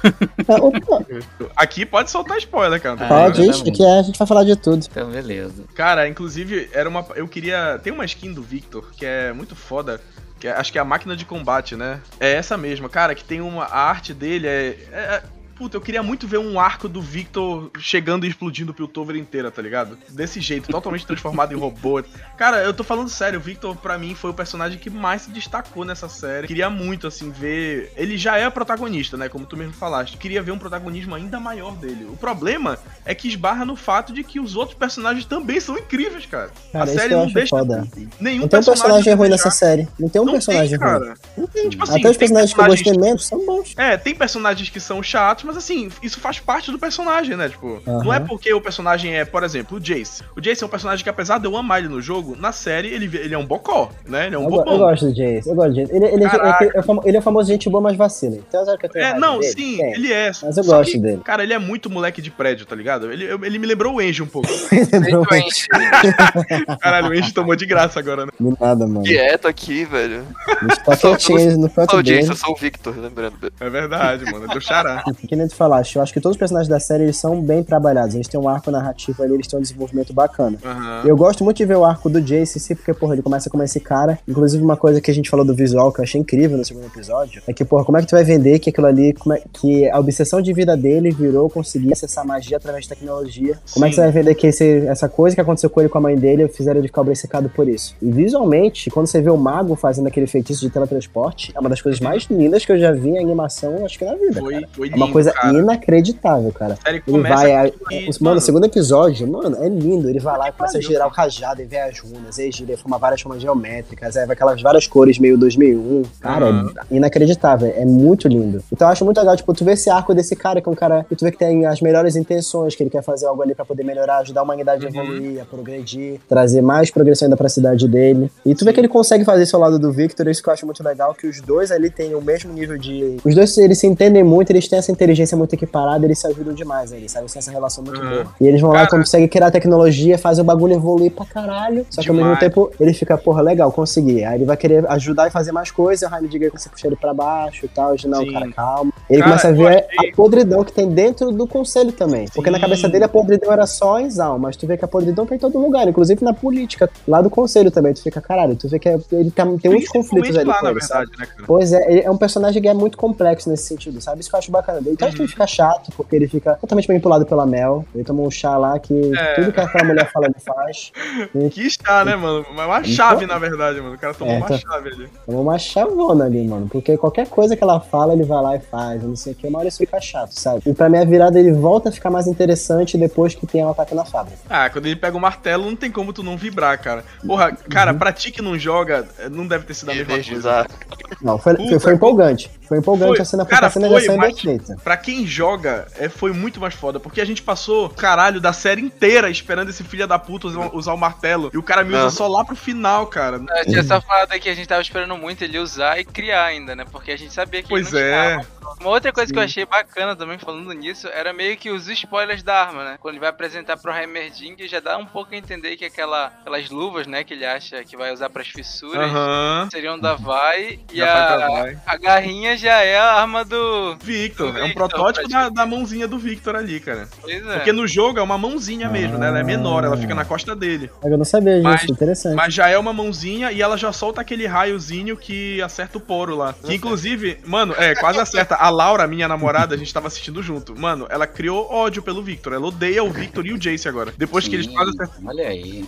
Ah, opa, Aqui pode soltar spoiler, cara. Ah, pode, é, isso, que é, a gente vai falar de tudo. Então, beleza. Cara, inclusive, era uma. Eu queria. Tem uma skin do Victor que é muito foda. Que é- acho que é a máquina de combate, né? É essa mesma, cara, que tem uma. A arte dele é. é- Puta, eu queria muito ver um arco do Victor chegando e explodindo o Piltover inteira, tá ligado? Desse jeito, totalmente transformado em robô. Cara, eu tô falando sério, o Victor, pra mim, foi o personagem que mais se destacou nessa série. Queria muito, assim, ver... Ele já é protagonista, né? Como tu mesmo falaste. Queria ver um protagonismo ainda maior dele. O problema é que esbarra no fato de que os outros personagens também são incríveis, cara. Cara, a isso série que eu não acho deixa foda. nenhum Não tem um personagem ruim desejar. nessa série. Não tem um Não personagem tem, ruim. cara. Não tem, tipo assim, Até os tem personagens que eu gostei personagens- menos são bons. É, tem personagens que são chatos, mas assim, isso faz parte do personagem, né? Tipo, Aham. não é porque o personagem é, por exemplo, o Jace. O Jace é um personagem que, apesar de eu amar ele no jogo, na série ele, ele é um bocó, né? Ele é um Eu, go- eu bobão. gosto do Jace, eu gosto do Jace. Ele, ele, é, Caraca. é, é, famo- ele é o famoso gente boa, mas vacila. Então, sabe que eu tenho É, raiva não, dele? sim, Tem. ele é. Mas eu Só gosto que, dele. Cara, ele é muito moleque de prédio, tá ligado? Ele, eu- ele me lembrou o Angie um pouco. Lembrou muito. Doente. Caralho, o Angie tomou de graça agora, né? Do nada, mano. Quieto aqui, velho. Tá quietinho no Só canto o Jace, dele. eu sou o Victor, lembrando. É verdade, mano. É do xará. Que nem tu falaste, eu acho que todos os personagens da série eles são bem trabalhados. Eles têm um arco narrativo ali, eles têm um desenvolvimento bacana. Aham. Eu gosto muito de ver o arco do Jace, sim, porque, porra, ele começa como esse cara. Inclusive, uma coisa que a gente falou do visual que eu achei incrível no segundo episódio é que, porra, como é que tu vai vender que aquilo ali, como é, que a obsessão de vida dele virou conseguir acessar magia através de tecnologia? Como é que Sim. você vai vender que esse- essa coisa que aconteceu com ele e com a mãe dele fizeram ele ficar obcecado por isso? E visualmente, quando você vê o mago fazendo aquele feitiço de teletransporte, é uma das coisas mais lindas que eu já vi em animação, acho que na vida. Foi, cara. foi É lindo, uma coisa cara. inacreditável, cara. A série Ele começa vai, a- aqui, os- mano, o segundo episódio, mano, é lindo. Ele vai lá e começa a pariu, girar o cajado e vê as runas, aí gira, forma várias formas geométricas, aí vai aquelas várias cores meio dois mil e um. Cara, Aham. é inacreditável, é muito lindo. Então eu acho muito legal, tipo, tu vê esse arco desse cara, que é um cara que tu vê que tem as melhores intenções, que ele quer fazer algo ali pra poder melhorar, ajudar a humanidade a Uhum. evoluir, a progredir, trazer mais progressão ainda pra cidade dele. E tu vê que ele consegue fazer isso ao lado do Victor, isso que eu acho muito legal, que os dois ali têm o mesmo nível de... Os dois, eles se entendem muito, eles têm essa inteligência muito equiparada, eles se ajudam demais ali, sabe? Eles têm essa relação muito Uhum. boa. E eles vão lá e Cara- conseguem criar tecnologia, fazem o bagulho evoluir pra caralho. Só que ao mesmo Demais. tempo ele fica, porra, legal, consegui. Aí ele vai querer ajudar e fazer mais coisas, e o Jaime diga que você puxa ele pra baixo e tal. De, não, Sim. cara, calma. Ele Cara, começa a eu ver achei- a podridão que tem dentro do conselho também. Porque na Sim. cabeça dele a podridão era só em Zal, mas tu vê que a podridão tá em todo lugar, inclusive na política, lá do conselho também. Tu fica, caralho, tu vê que é- ele tá, tem muitos conflitos Principalmente ali lá, com na ele, sabe? verdade, né, cara? Pois é, ele é um personagem que é muito complexo nesse sentido, sabe? Isso que eu acho bacana dele. Então acho que ele fica chato, porque ele fica totalmente manipulado pela Mel. Ele toma um chá lá que É. tudo que aquela mulher fala ele faz. Que está, né, mano? Uma chave, na verdade, mano. O cara tomou É, uma tá. chave ali. Toma uma chavona ali, mano. Porque qualquer coisa que ela fala, ele vai lá e faz. Eu não sei o que, uma hora isso fica chato, sabe? E pra mim a virada ele volta a ficar mais interessante depois que tem o ataque na fábrica. Ah, quando ele pega o martelo, não tem como tu não vibrar, cara. Porra, cara, Uhum. pra ti que não joga, não deve ter sido a mesma coisa. Energizar. Não, foi, Puta, foi, foi empolgante. Foi empolgante Foi. a cena, Cara, a cena foi, de ação é mas- bem feita. Pra quem joga, é, foi muito mais foda, porque a gente passou o caralho da série inteira esperando esse filho da puta usar, usar o martelo, e o cara me usa Não. só lá pro final, cara. Eu tinha só falado aqui que a gente tava esperando muito ele usar e criar ainda, né? Porque a gente sabia que Pois ele não é. tinha. Uma outra coisa Sim. que eu achei bacana também, falando nisso, era meio que os spoilers da arma, né? Quando ele vai apresentar pro Heimerdinger, já dá um pouco a entender que aquela, aquelas luvas, né, que ele acha que vai usar pras fissuras, Aham. seriam da Vai, e Já vai pra a, Vai. a garrinha já é a arma do... Victor, Do é um Victor, protótipo da, da mãozinha do Victor ali, cara. Pois é. Porque no jogo é uma mãozinha mesmo, né? Ela é menor, ela Ah. fica na costa dele. Eu não sabia Mas- disso, interessante. Mas já é uma mãozinha e ela já solta aquele raiozinho que acerta o poro lá. Que inclusive, mano, é, quase acerta. A Laura, minha namorada, a gente tava assistindo junto. Mano, ela criou ódio pelo Victor. Ela odeia o Victor e o Jace agora. Depois que eles Sim, quase acertaram. Olha aí.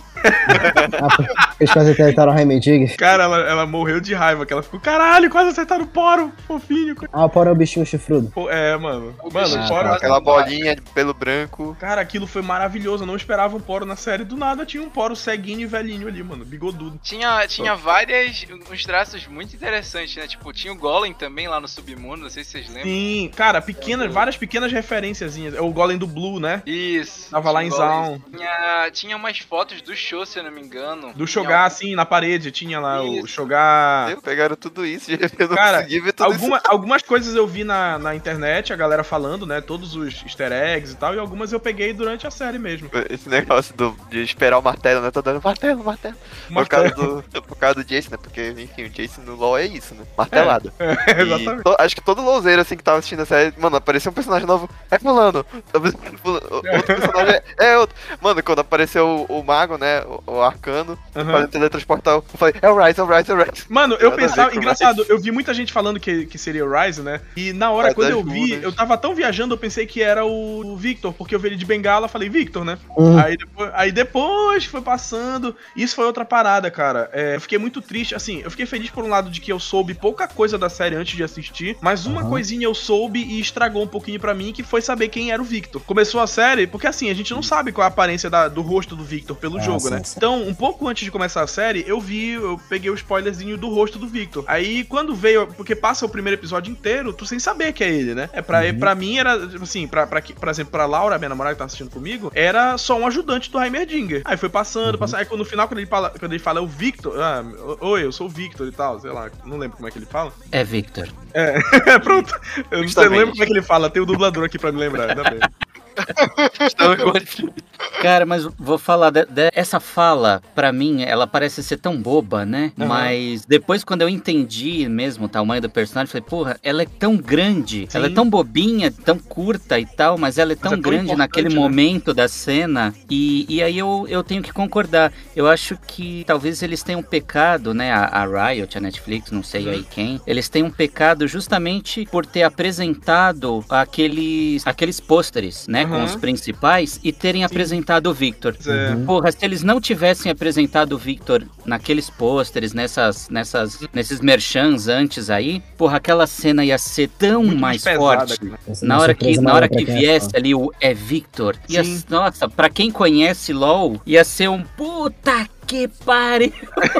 Ah, porque eles quase acertaram o Heimerdinger. Cara, ela, ela morreu de raiva, que ela ficou, caralho, quase acertaram o poro, fofinho. Ah, o Poro é o bichinho chifrudo. Pô, é, mano. O Mano, bichinho o poro. tá. Aquela bolinha de pelo branco. Cara, aquilo foi maravilhoso. Eu não esperava um poro na série. Do nada tinha um poro ceguinho e velhinho ali, mano. Bigodudo. Tinha, tinha várias, uns traços muito interessantes, né? Tipo, tinha o Golem também lá no Submundo, não sei se vocês lembram? Sim, cara, pequenas, várias pequenas referenciazinhas. É o Golem do Blue, né? Isso. Tava lá em Golem. Zaun. Tinha, tinha umas fotos do show, se eu não me engano. Do Shogar, assim, na parede. Tinha lá Isso. o Shogar. Pegaram tudo isso e eu não Cara, consegui ver tudo alguma, algumas coisas eu vi na, na internet, a galera falando, né? Todos os easter eggs e tal. E algumas eu peguei durante a série mesmo. isso. Esse negócio do, de esperar o martelo, né? Tô dando martelo, martelo. Por Martelo. causa, do, por causa do Jason, né? Porque, enfim, o Jason no LoL é isso, né? Martelada. É, E exatamente. to- acho que todo louzeiro, assim, que tava assistindo a série, mano, apareceu um personagem novo, é fulano. Outro personagem é, é outro. Mano, quando apareceu o, o mago, né? O, o arcano, Uhum. fazendo teletransportar, eu falei, é o Rise, é o Rise, é o Rise. Mano, eu Nada a ver pensava, com engraçado, Rise. eu vi muita gente falando que, que seria o Rise, né? E na hora, Ah, quando das eu vi, runas. eu tava tão viajando, eu pensei que era o Victor, porque eu vi ele de bengala, falei, Victor, né? Hum. Aí, depois, aí depois foi passando, isso foi outra parada, cara. É, eu fiquei muito triste, assim, eu fiquei feliz por um lado de que eu soube pouca coisa da série antes de assistir, mas uma Uhum. coisinha eu soube e estragou um pouquinho pra mim, que foi saber quem era o Victor. Começou a série, porque assim, a gente não sabe qual é a aparência da- do rosto do Victor pelo Ah, jogo, sim, né? sim. Então, um pouco antes de começar a série, eu vi, eu peguei o spoilerzinho do rosto do Victor. Aí, quando veio, porque passa o primeiro episódio inteiro, tu sem saber que é ele, né? É pra, Uhum. pra mim era, tipo assim, pra, pra, por exemplo, pra Laura, minha namorada que tá assistindo comigo, era só um ajudante do Heimerdinger. Aí foi passando, Uhum. passando. Aí no final, quando ele fala, quando ele fala é o Victor, ah, oi, eu sou o Victor e tal, sei lá, não lembro como é que ele fala. É Victor. É, pronto. Eu não sei, Justamente. não lembro como é que ele fala, tem o dublador aqui pra me lembrar, ainda bem. Cara, mas vou falar, de, de- essa fala, pra mim, ela parece ser tão boba, né? Aham. Mas depois, quando eu entendi mesmo o tamanho do personagem, eu falei, porra, ela é tão grande, Sim. ela é tão bobinha, tão curta e tal, mas ela é tão é tão grande importante, naquele né? momento da cena. E, e aí eu, eu tenho que concordar. Eu acho que talvez eles tenham pecado, né? A, a Riot, a Netflix, não sei Uhum. aí quem, eles têm um pecado justamente por ter apresentado aqueles, aqueles pôsteres, né? Com Uhum. os principais e terem apresentado o Victor. Pois é. Uhum. Porra, se eles não tivessem apresentado o Victor naqueles pôsteres, nessas, nessas, nesses merchans antes aí, porra, aquela cena ia ser tão Muito mais pesada, forte. cara. Essa é Na uma hora que, surpresa na maior hora pra que quem é viesse fã. ali o é Victor, ia, Sim. nossa, pra quem conhece LoL, ia ser um puta que pariu.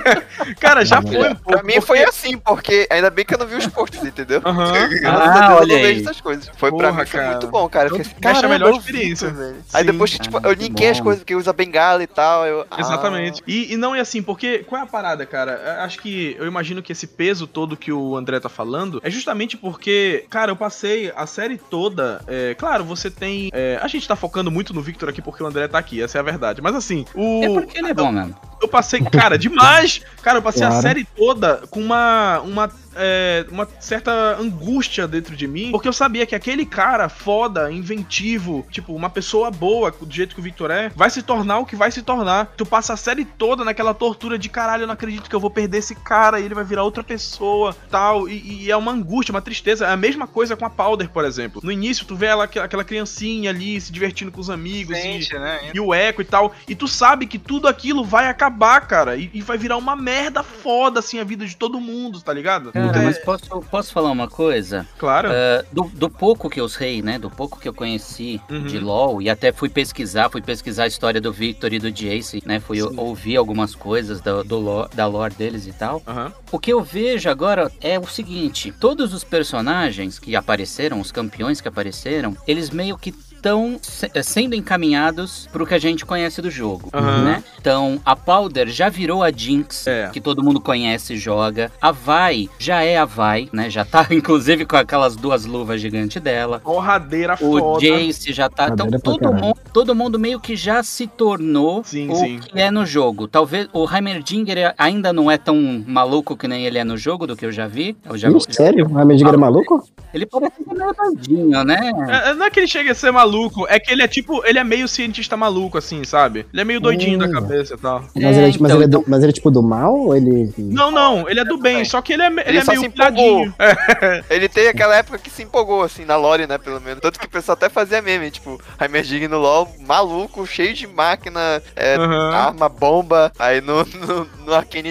Cara, já Uhum. foi um pouco. Pra mim foi assim, porque ainda bem que eu não vi os posts, entendeu? Aham. Graças Ah, a Deus eu olha não vejo aí. essas coisas. Foi pra Porra, mim, foi cara. muito bom, cara. Eu Todo fiquei assim, mundo acha a caramba, melhor é o experiência. Victor, velho. Aí Sim. depois, tipo, Ah, eu muito linkei as bom. coisas, que usa bengala e tal. Eu, ah. Exatamente. E, e não é assim, porque qual é a parada, cara? Acho que eu imagino que esse peso todo que o André tá falando é justamente porque, cara, eu passei a série toda. É, claro, você tem. É, a gente tá focando muito no Victor aqui porque o André tá aqui, essa é a verdade. Mas assim, o. É porque ele é bom mesmo. Eu passei, cara, demais! Cara, eu passei a Claro. série toda com uma. uma é, uma certa angústia dentro de mim, porque eu sabia que aquele cara foda, inventivo, tipo, uma pessoa boa, do jeito que o Victor é, vai se tornar o que vai se tornar. Tu passa a série toda naquela tortura de caralho, eu não acredito que eu vou perder esse cara, e ele vai virar outra pessoa, tal, e, e é uma angústia, uma tristeza. É a mesma coisa com a Powder, por exemplo. No início, tu vê ela, aquela criancinha ali, se divertindo com os amigos, e, Sente, né? e o eco e tal, e tu sabe que tudo aquilo vai acabar, cara, e, e vai virar uma merda foda, assim, a vida de todo mundo, tá ligado? Cara, É, mas posso, posso falar uma coisa? claro. Uh, do, do pouco que eu sei, né? Do pouco que eu conheci Uhum. de LoL, e até fui pesquisar, fui pesquisar a história do Victor e do Jace, né? Fui Sim. ouvir algumas coisas do, do lore, da lore deles e tal. Aham. O que eu vejo agora é o seguinte: todos os personagens que apareceram, os campeões que apareceram, eles meio que estão se- sendo encaminhados pro que a gente conhece do jogo, Aham. né? Então, a Powder já virou a Jinx, É. que todo mundo conhece e joga. A Vi já é a Vi, né? Já tá, inclusive, com aquelas duas luvas gigantes dela. Porradeira O foda. Jace já tá. Então, Madeira pra todo caralho. mundo, todo mundo meio que já se tornou Sim, o sim. que é no jogo. Talvez o Heimerdinger ainda não é tão maluco que nem ele é no jogo, do que eu já vi. Eu já, Ih, sério? O Heimerdinger é maluco? Ele parece ser meio doidinho, né? É, não é que ele chega a ser maluco, é que ele é tipo, ele é meio cientista maluco, assim, sabe? Ele é meio doidinho Hum. da cabeça e tal. Mas, ele é, então, mas, ele é do- então- mas ele é tipo do mal ou ele. Não, não, ele é do bem, só que ele é, ele Ele é só meio se empolgou. piladinho. É. Ele tem aquela época que se empolgou, assim, na lore, né, pelo menos. Tanto que o pessoal até fazia meme, tipo, Heimerdinger no LoL, maluco, cheio de máquina, é, Aham. arma, bomba. Aí no, no, no Arcane ele...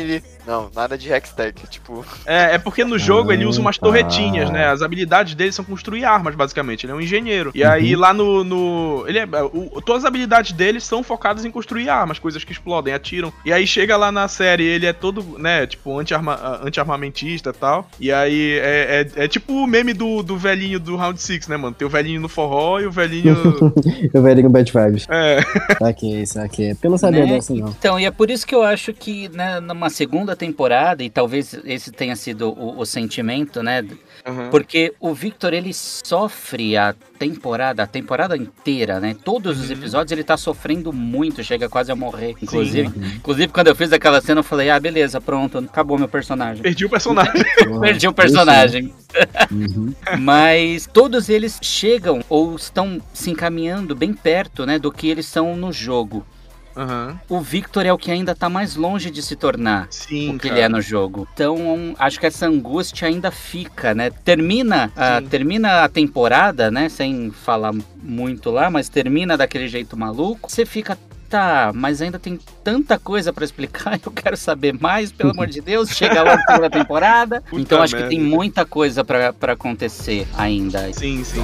Não, nada de Hextech, tipo... É, é porque no jogo Ah, ele usa umas tá. torretinhas, né? As habilidades dele são construir armas, basicamente. Ele é um engenheiro. E aí lá no... no ele é, o, todas as habilidades dele são focadas em construir armas, coisas que explodem, atiram. E aí chega lá na série, ele é todo, né, tipo, anti-arma, anti-armamentista e tal. E aí é, é, é tipo o meme do, do velhinho do Round six, né, mano? Tem o velhinho no forró e o velhinho... Eu vejo Bad Vibes. É. Saquei, saquei. Porque eu não sabia Né? dessa, não. Então, e é por isso que eu acho que, né, numa segunda temporada, e talvez esse tenha sido o, o sentimento, né? Uhum. Porque o Victor, ele sofre a temporada, a temporada inteira, né? Todos os episódios ele tá sofrendo muito, chega quase a morrer. Inclusive, inclusive quando eu fiz aquela cena, eu falei, ah, beleza, pronto, acabou meu personagem. Perdi o personagem. Perdi o personagem. Uhum. Mas todos eles chegam ou estão se encaminhando bem perto, né, do que eles são no jogo. Uhum. O Victor é o que ainda tá mais longe de se tornar Sim, o que cara. ele é no jogo. Então, acho que essa angústia ainda fica, né? Termina a, termina a temporada, né? Sem falar muito lá, mas termina daquele jeito maluco. Você fica... Tá, mas ainda tem tanta coisa pra explicar, eu quero saber mais, pelo amor de Deus, chega lá na segunda temporada. Puta Então acho merda. que tem muita coisa pra, pra acontecer ainda. Sim, sim.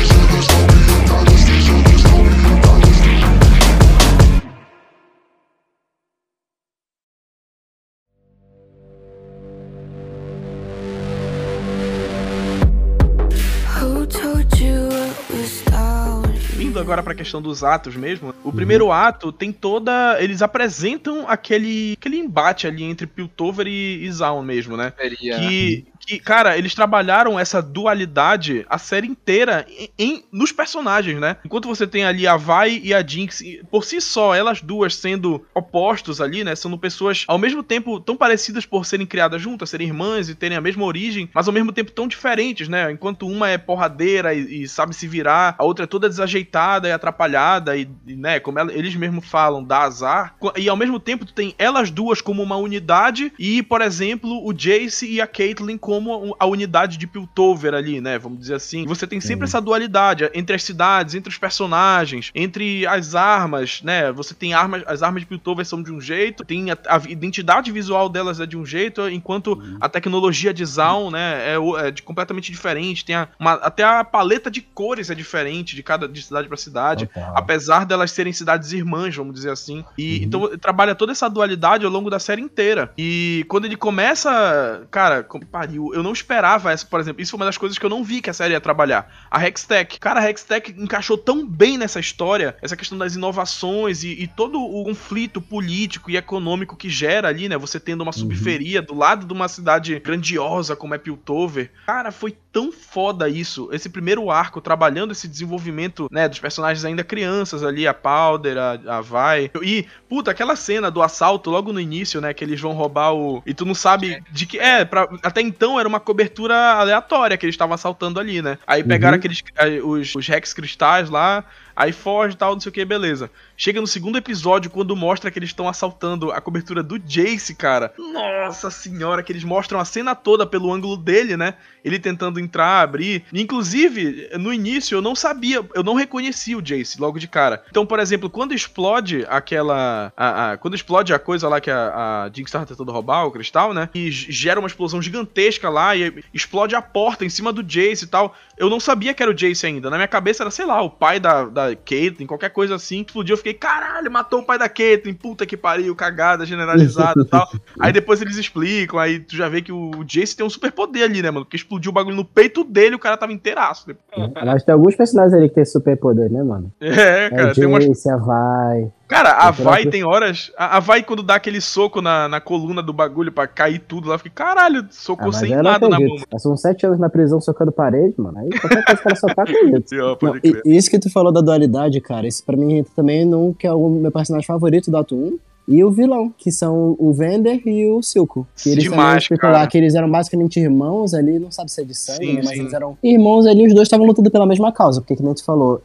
Who told you it was down? Indo agora pra questão dos atos mesmo, o primeiro ato tem toda... Eles apresentam aquele, aquele embate ali entre Piltover e, e Zaun mesmo, né? Seria, Que, que, cara, eles trabalharam essa dualidade a série inteira em, em- nos personagens, né? Enquanto você tem ali a Vi e a Jinx, e por si só, elas duas sendo opostos ali, né? Sendo pessoas, ao mesmo tempo, tão parecidas por serem criadas juntas, serem irmãs e terem a mesma origem, mas ao mesmo tempo tão diferentes, né? Enquanto uma é porradeira e, e sabe se virar, a outra é toda desajeitada e atrapalhada e, e, né, como ela- eles mesmos falam, dá azar. Co- E ao mesmo tempo tu tem elas duas como uma unidade e, por exemplo, o Jace e a Caitlyn como a unidade de Piltover ali, né, vamos dizer assim. Você tem sempre essa dualidade entre as cidades, entre os personagens, entre as armas, né, você tem armas, as armas de Piltover são de um jeito, tem a, a identidade visual delas é de um jeito, enquanto a tecnologia de Zaun, né, é, o- é de- completamente diferente, tem a, uma- até a paleta de cores é diferente de cada de cidade pra cidade, Total. apesar delas serem cidades irmãs, vamos dizer assim. E então trabalha toda essa dualidade ao longo da série inteira. E quando ele começa, cara, como pariu, eu não esperava essa, por exemplo, isso foi uma das coisas que eu não vi que a série ia trabalhar. A Hextech, cara, a Hextech encaixou tão bem nessa história, essa questão das inovações e, e todo o conflito político e econômico que gera ali, né? Você tendo uma subferia do lado de uma cidade grandiosa como é Piltover. Cara, foi tão foda isso, esse primeiro arco trabalhando esse desenvolvimento, né, dos personagens ainda crianças ali, a Powder, a, a Vi. E, puta, aquela cena do assalto logo no início, né, que eles vão roubar o... E tu não sabe de que... É, pra... até então era uma cobertura aleatória que eles estavam assaltando ali, né. Aí pegaram aqueles... eh, os, os Rex cristais lá, aí foge e tal, não sei o que, beleza. Chega no segundo episódio, quando mostra que eles estão assaltando a cobertura do Jace, cara. Nossa senhora, que eles mostram a cena toda pelo ângulo dele, né? Ele tentando entrar, abrir. Inclusive, no início eu não sabia, eu não reconheci o Jace logo de cara. Então, por exemplo, quando explode aquela... a- a- quando explode a coisa lá que a, a Jinx tava tentando roubar, o cristal, né? E g- gera uma explosão gigantesca lá e explode a porta em cima do Jace e tal. Eu não sabia que era o Jace ainda. Na minha cabeça era, sei lá, o pai da, da Caitlyn, qualquer coisa assim. Explodiu, eu fiquei, caralho, matou o pai da Caitlyn, puta que pariu, cagada generalizada e tal. Aí depois eles explicam, aí tu já vê que o Jace tem um super poder ali, né, mano? Porque explodiu o bagulho no peito dele e o cara tava inteiraço. Mas tem alguns personagens ali que tem super poder, né, mano? É, É cara, o tem umas... Jace, a Vi. Cara, a Tem próprio- Vai tem horas... A, a Vai, quando dá aquele soco na, na coluna do bagulho pra cair tudo lá, fica, caralho, Ah, socou mas sem eu não nada na mão. acredito. Passou uns sete anos na prisão socando parede, mano. Aí qualquer coisa que ela socar, acredito. Sim, ó, pode Não, crer. e isso que tu falou da dualidade, cara, isso pra mim entra também num que é o meu personagem favorito do ato um e o vilão, que são o Vender e o Silco. Que eles Demais, também explicam cara. lá que eles eram basicamente irmãos ali, não sabe se é de sangue, Sim, né, mas sim. eles eram irmãos ali, os dois estavam lutando pela mesma causa, porque que nem tu falou, é um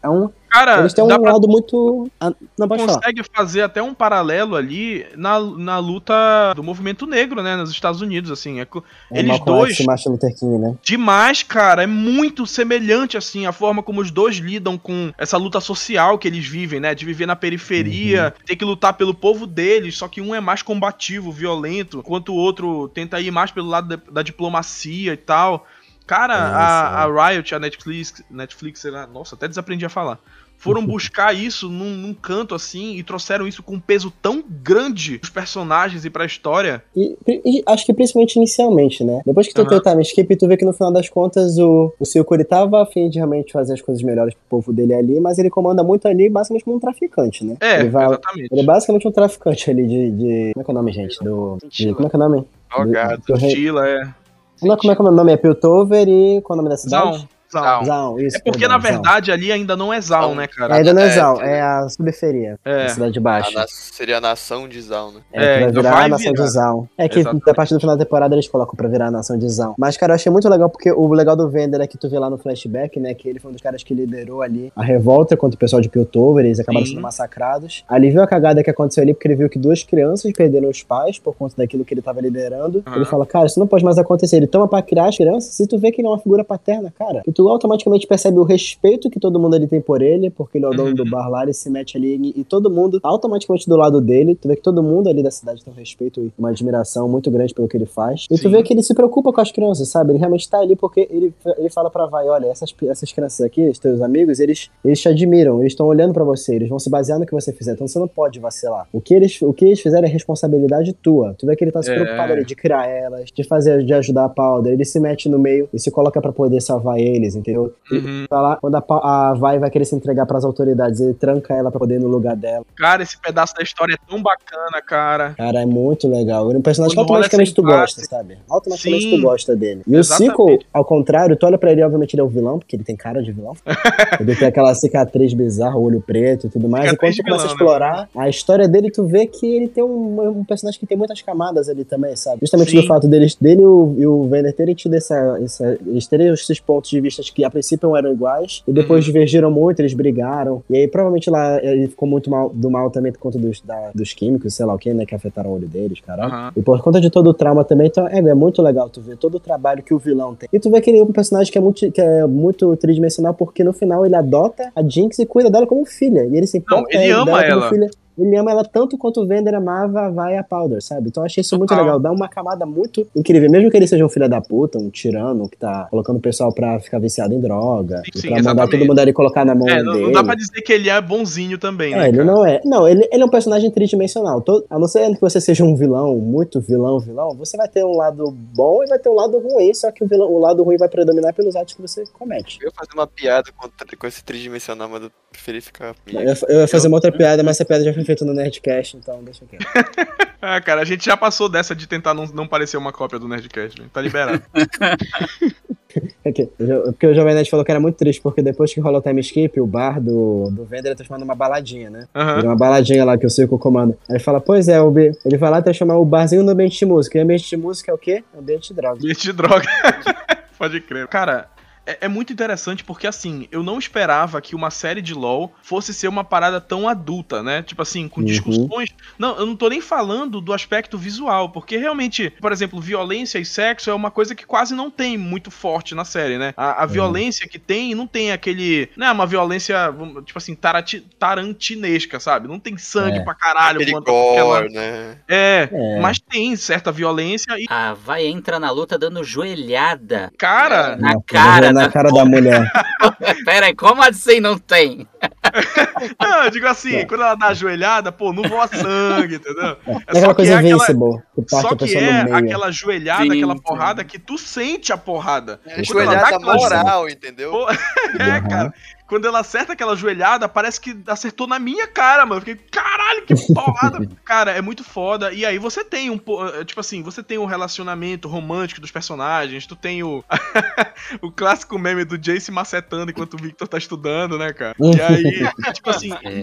Cara, Eles têm um dá pra- lado muito... Ah, não, pode falar. consegue fazer até um paralelo ali na, na luta do movimento negro, né, nos Estados Unidos, assim. É, co- É eles Malcolm dois, X e Martin Luther King, né? demais, cara, é muito semelhante, assim, a forma como os dois lidam com essa luta social que eles vivem, né, de viver na periferia, ter que lutar pelo povo deles, só que um é mais combativo, violento, enquanto o outro tenta ir mais pelo lado da, da diplomacia e tal. Cara, É, a, sim. a Riot, a Netflix, Netflix, sei lá, nossa, até desaprendi a falar. Foram buscar isso num, num canto assim e trouxeram isso com um peso tão grande pros personagens e pra história. E, e acho que principalmente inicialmente, né? Depois que tu Aham. tem o time skip, tu vê que no final das contas o, o Silco, ele tava a fim de realmente fazer as coisas melhores pro povo dele ali, mas ele comanda muito ali basicamente como um traficante, né? É, ele vai, exatamente. Ele é basicamente um traficante ali de, de... Como é que é o nome, gente? Do... De, como é que é o nome? Drogado. Do, do rei... Estila, é. Não, como é que é o nome? É Piltover e... Qual é o nome da cidade? Zaun. Zaun. Zaun, isso. É porque, perdão, na verdade, ali ainda não é Zaun, Zaun. né, Zaun. cara? É, ainda não é É, Zaun, é. é a subferia, É. a cidade de A baixo. na- seria a nação de Zaun, né? É, É, que vai ainda virar vai a nação virar. de Zaun. É que Exatamente. da parte do final da temporada eles colocam pra virar a nação de Zaun. Mas, cara, eu achei muito legal porque o legal do Vander é que tu vê lá no flashback, né, que ele foi um dos caras que liderou ali a revolta contra o pessoal de Piltover, eles acabaram Sim. sendo massacrados. Ali viu a cagada que aconteceu ali porque ele viu que duas crianças perderam os pais por conta daquilo que ele tava liderando. Aham. Ele fala, cara, isso não pode mais acontecer. Ele toma pra criar as crianças, se tu vê que ele é uma figura paterna, cara, e tu automaticamente percebe o respeito que todo mundo ali tem por ele, porque ele é o dono Uhum. do bar lá, ele se mete ali e, e todo mundo automaticamente do lado dele. Tu vê que todo mundo ali da cidade tem um respeito e uma admiração muito grande pelo que ele faz. E tu Sim. vê que ele se preocupa com as crianças, sabe? Ele realmente tá ali porque ele, ele fala pra Vai, olha, essas, essas crianças aqui, os teus amigos, eles, eles te admiram, eles estão olhando pra você, eles vão se basear no que você fizer, então você não pode vacilar. O que eles, o que eles fizerem é responsabilidade tua. Tu vê que ele tá se É. preocupado ali de criar elas, de fazer, de ajudar a Powder, ele se mete no meio e se coloca pra poder salvar eles, entendeu? Uhum. Tá lá, quando a, Pa- a Vai vai querer se entregar pras autoridades, ele tranca ela pra poder ir no lugar dela. Cara, esse pedaço da história é tão bacana, cara. Cara, é muito legal. Ele é um personagem que Quando rola automaticamente essa tu embate- gosta, sabe? Automaticamente Sim. tu gosta dele. E Exatamente. o Sequel, ao contrário, tu olha pra ele, obviamente ele é o vilão, porque ele tem cara de vilão. Ele tem aquela cicatriz bizarra, o olho preto e tudo mais. Cicatriz E quando tu de começa a vilão, explorar a história dele, tu vê que ele tem um, um personagem que tem muitas camadas ali também, sabe? Justamente Sim. do fato deles, dele e o, e o Vander terem tido essa, essa... Eles terem esses pontos de vista que a princípio eram iguais, e depois Uhum. divergiram muito, eles brigaram. E aí provavelmente lá ele ficou muito mal, do mal também por conta dos, da- dos químicos, sei lá o que, né? Que afetaram o olho deles, caralho. Aham. E por conta de todo o trauma também, então é, é muito legal tu ver todo o trabalho que o vilão tem. E tu vê que ele é um personagem que é muito, que é muito tridimensional, porque no final ele adota a Jinx e cuida dela como filha. E ele se importa Não, ele ama dela como ela. filha. Ele ama ela tanto quanto o Vander amava a Vai e a Powder, sabe? Então eu achei isso muito Total. legal. Dá uma camada muito incrível. Mesmo que ele seja um filho da puta, um tirano, que tá colocando o pessoal pra ficar viciado em droga. Sim, e sim, pra mandar exatamente. todo mundo ali colocar na mão É, não, dele. não dá pra dizer que ele é bonzinho também, É, né, ele cara? não é. Não, ele, ele é um personagem tridimensional. Todo, a não ser que você seja um vilão, muito vilão, vilão, você vai ter um lado bom e vai ter um lado ruim, só que o, vilão, o lado ruim vai predominar pelos atos que você comete. Eu ia fazer uma piada com, com esse tridimensional, mas eu preferi ficar. Eu, ia- eu ia fazer uma outra piada, mas essa piada já foi feita no Nerdcast, então deixa quieto. Ah, cara, a gente já passou dessa de tentar não, não parecer uma cópia do Nerdcast, né? Tá liberado. Aqui, eu já- porque o Jovem Nerd falou que era muito triste, porque depois que rola o time skip, o bar do, do Vander é transformado numa baladinha, né? Aham. Ele é uma baladinha lá que o Circo comanda. Aí ele fala, pois é, o B, ele vai lá transformar o barzinho no ambiente de música. E ambiente de música é o quê? Ambiente de droga. Ambiente de droga. Pode crer. Cara, é, é muito interessante porque, assim, eu não esperava que uma série de LoL fosse ser uma parada tão adulta, né? Tipo assim, com Uhum. discussões... Não, eu não tô nem falando do aspecto visual, porque realmente, por exemplo, violência e sexo é uma coisa que quase não tem muito forte na série, né? A, a violência que tem, não tem aquele... Não é uma violência, vamos- tipo assim, tarati- tarantinesca, sabe? Não tem sangue É. pra caralho. Aquele voando pra qualquer lado. gore, né? É, É. mas tem certa violência e, A Vai entra na luta dando joelhada cara... na Não, cara na da... cara da mulher. Pera aí, como assim não tem? Não, eu digo assim, É. quando ela dá a joelhada, pô, não voa sangue, entendeu? É aquela coisa invincible, que parte Só a que pessoa é no meio. aquela joelhada, Sim, aquela sim. porrada que tu sente a porrada. É Quando ela dá joelhada aquela moral, entendeu? Pô, é, cara. Quando ela acerta aquela joelhada, parece que acertou na minha cara, mano. Eu fiquei, caralho, que porrada. Cara, é muito foda. E aí você tem um, po- eh, tipo assim, você tem um relacionamento romântico dos personagens, tu tem o o clássico meme do Jace macetando enquanto o Victor tá estudando, né, cara? E aí, tipo assim, É. então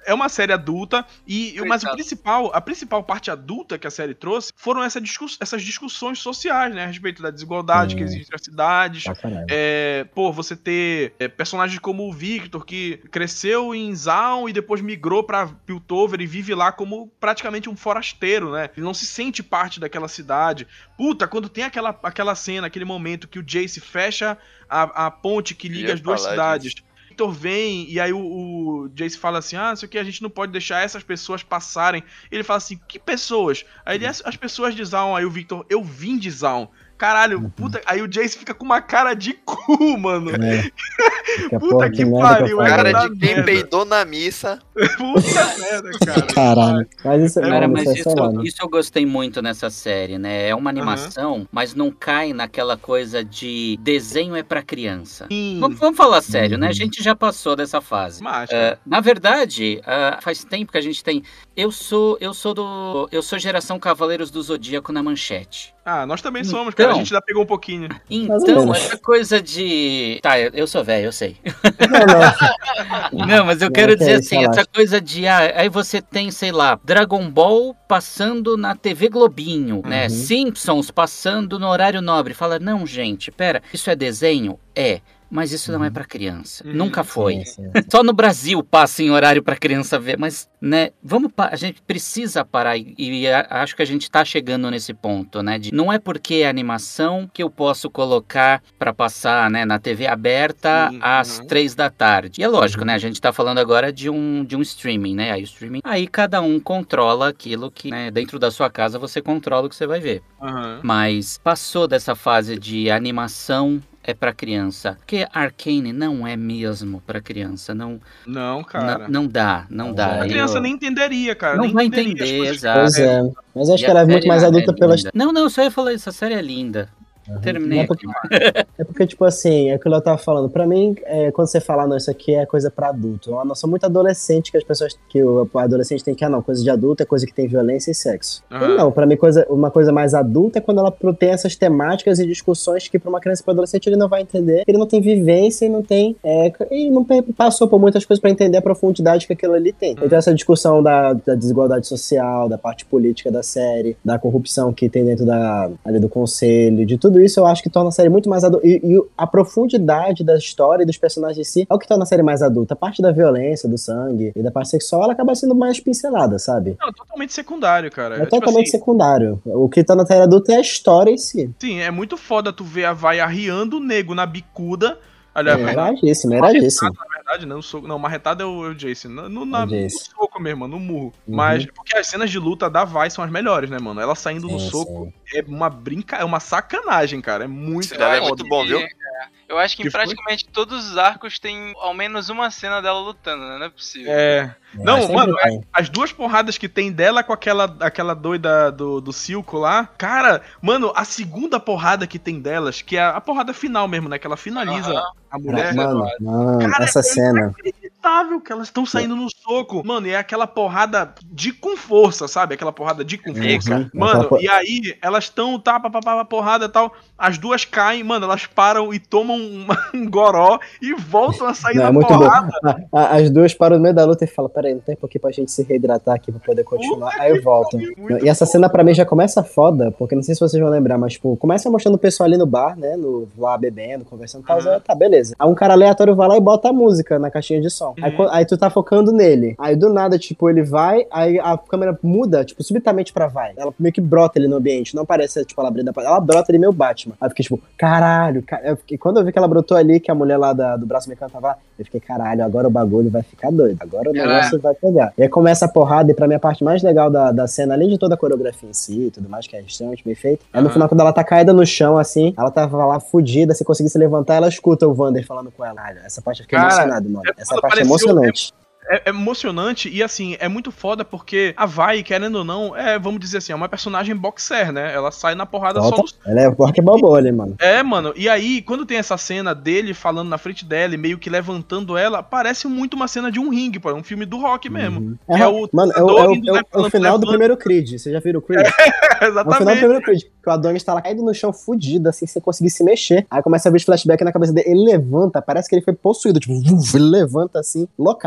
é uma série adulta, e mas o Coitado. principal, a principal parte adulta que a série trouxe foram essa discuss, essas discussões sociais, né? A respeito da desigualdade Hum. que existe nas cidades. Pra caralho. É, pô, você ter é, personagens como o Victor, que cresceu em Zaun e depois migrou pra Piltover e vive lá como praticamente um forasteiro, né? Ele não se sente parte daquela cidade. Puta, quando tem aquela, aquela cena, aquele momento que o Jace fecha a, a ponte que liga Ia as duas falar cidades. Victor vem e aí o, o Jace fala assim, ah, isso aqui a gente não pode deixar essas pessoas passarem. Ele fala assim, que pessoas? Aí ele, as, as pessoas de Zaun. Aí o Victor, eu vim de Zaun. Caralho, puta. Aí o Jace fica com uma cara de cu, mano. É. Fica, Puta porra, que merda que pariu, eu é falei. Cara da de quem merda. peidou na missa. Puta merda, cara. Caralho. Mas isso, É, Cara, mano, mas isso é isso, sei lá, né? isso eu gostei muito nessa série, né? É uma animação, mas não cai naquela coisa de desenho é pra criança. Sim. Vamos, vamos falar sério, né? A Uhum. gente já passou dessa fase. Mas, É, na verdade, ah, faz tempo que a gente tem. Eu sou, eu sou do, eu sou geração Cavaleiros do Zodíaco na manchete. Ah, nós também somos, cara. A Então- gente já pegou um pouquinho. Mais ou Então, menos. essa coisa de. Tá, eu, eu sou velho, eu sei. Não, não. Não, mas eu Não, quero que dizer é isso, assim, relaxa. essa coisa de. Ah, aí você tem, sei lá, Dragon Ball passando na T V Globinho, né? Uhum. Simpsons passando no horário nobre. Fala, não, gente, pera, isso é desenho? É. Mas isso não é pra criança. Uhum. Nunca foi. Sim, sim. Só no Brasil passa em horário pra criança ver, mas, né, vamos pa- a gente precisa parar e, e a- acho que a gente tá chegando nesse ponto, né, de não é porque é animação que eu posso colocar pra passar, né, na T V aberta Sim, às uhum. três da tarde. E é lógico, né, a gente tá falando agora de um, de um streaming, né, aí o streaming, aí cada um controla aquilo que, né, dentro da sua casa você controla o que você vai ver. Aham. Mas passou dessa fase de animação é pra criança. Porque Arcane não é mesmo pra criança. Não, Não, não, cara. não dá, não Não dá. dá. A Eu- criança nem entenderia, cara. não nem vai entenderia as entender, coisas. exato. Pois é. Mas eu acho E que a ela é muito série mais é adulta pelas. linda. Não, não, eu só ia falar isso. A série é linda. Terminei Não é aqui. É porque, tipo assim, é aquilo que eu tava falando. Pra mim, é, quando você fala, não, isso aqui é coisa pra adulto. É uma noção muito adolescente que as pessoas. Que o adolescente tem que, ah, não, coisa de adulto é coisa que tem violência e sexo. Aham. E não, pra mim, coisa, uma coisa mais adulta é quando ela tem essas temáticas e discussões que pra uma criança e pra um adolescente ele não vai entender. Ele não tem vivência e não tem. É, e não pe- passou por muitas coisas pra entender a profundidade que aquilo ali tem. Então, essa discussão da, da desigualdade social, da parte política da série, da corrupção que tem dentro da, ali do conselho, de tudo isso, eu acho que torna a série muito mais adulta. E, e a profundidade da história e dos personagens em si é o que torna a série mais adulta. A parte da violência, do sangue e da parte sexual, ela acaba sendo mais pincelada, sabe? Não, totalmente secundário, cara. É, tipo totalmente assim, secundário. O que torna a série adulta é a história em si. sim, é muito foda tu ver a vai arriando o nego na bicuda. Aliás, É na iradíssimo, é iradíssimo. verdade, não, soco, não, marretada é o, é o Jason. No, no, na, É o no Jason. soco mesmo, no murro. Uhum. Mas, porque as cenas de luta da Vai são as melhores, né, mano? Ela saindo no Sim, soco sim. é uma brinca, é uma sacanagem, cara. É muito Esse dela é foda. muito bom, viu? Eu acho que em Que foi? praticamente todos os arcos tem ao menos uma cena dela lutando, né? Não é possível. É. É, Não, sempre mano, tem. as duas porradas que tem dela com aquela, aquela doida do, do Silco lá, cara, mano, a segunda porrada que tem delas, que é a, a porrada final mesmo, né? Que ela finaliza Aham. a mulher. Mano, mano, Cara, essa é cena. Inacreditável que elas estão saindo no soco. Mano, e é aquela porrada de com força, sabe? Aquela porrada de com força. Uhum. Mano, Aquela po- e aí elas estão, tá, pá, pá, pá, porrada e tal. As duas caem, mano, elas param e tomam um, um goró e voltam a sair Não, na é muito bom. porrada. A- a- As duas param no meio da luta e falam, peraí, não tem por que pra gente se reidratar aqui pra poder continuar. Puta Aí que voltam. pariu, muito E essa bom. cena pra mim já começa foda, porque não sei se vocês vão lembrar, mas tipo, começa mostrando o pessoal ali no bar, né, no, lá bebendo, conversando e tal, Uhum. tá, beleza. Aí um cara aleatório vai lá e bota a música na caixinha de som. Aí, Uhum. quan- aí tu tá focando nele. Aí do nada, tipo, ele vai, aí a câmera muda, tipo, subitamente pra vai. Ela meio que brota ali no ambiente, não parece, tipo, ela abrindo a porta. Ela brota ali meio Batman. Aí eu fiquei tipo, caralho, ca- eu fiquei- quando eu vi que ela brotou ali, que a mulher lá da- do braço mecânico tava lá, eu fiquei, caralho, agora o bagulho vai ficar doido, agora o É. negócio vai pegar. E aí começa a porrada, e pra mim a parte mais legal da, da cena, além de toda a coreografia em si e tudo mais, que é extremamente bem feito, é no Aham. final, quando ela tá caída no chão, assim, ela tava lá fudida, se conseguir se levantar, ela escuta o Vander falando com ela. Caralho, essa parte eu fiquei Cara, emocionado, mano. é Essa quando parte é apareceu- emocionante. É, é emocionante e, assim, é muito foda porque a Vai, querendo ou não, é, vamos dizer assim, é uma personagem boxer, né? Ela sai na porrada só Volta, no... ela é porca balboa ali, mano. É, mano, e aí, quando tem essa cena dele falando na frente dela e meio que levantando ela, parece muito uma cena de um ringue, pô, é um filme do rock mesmo. É, É o mano, é o, é o- treinador indo é o- é o levando, final do levando. primeiro Creed. Você já viram o Creed? É o final do Exatamente. primeiro Creed. Que o Adonis tá lá caído no chão, fudido, assim, sem conseguir se mexer. Aí começa a ver os flashbacks na cabeça dele. Ele levanta, parece que ele foi possuído. Tipo, vuf, ele levanta assim, loucaço, assim,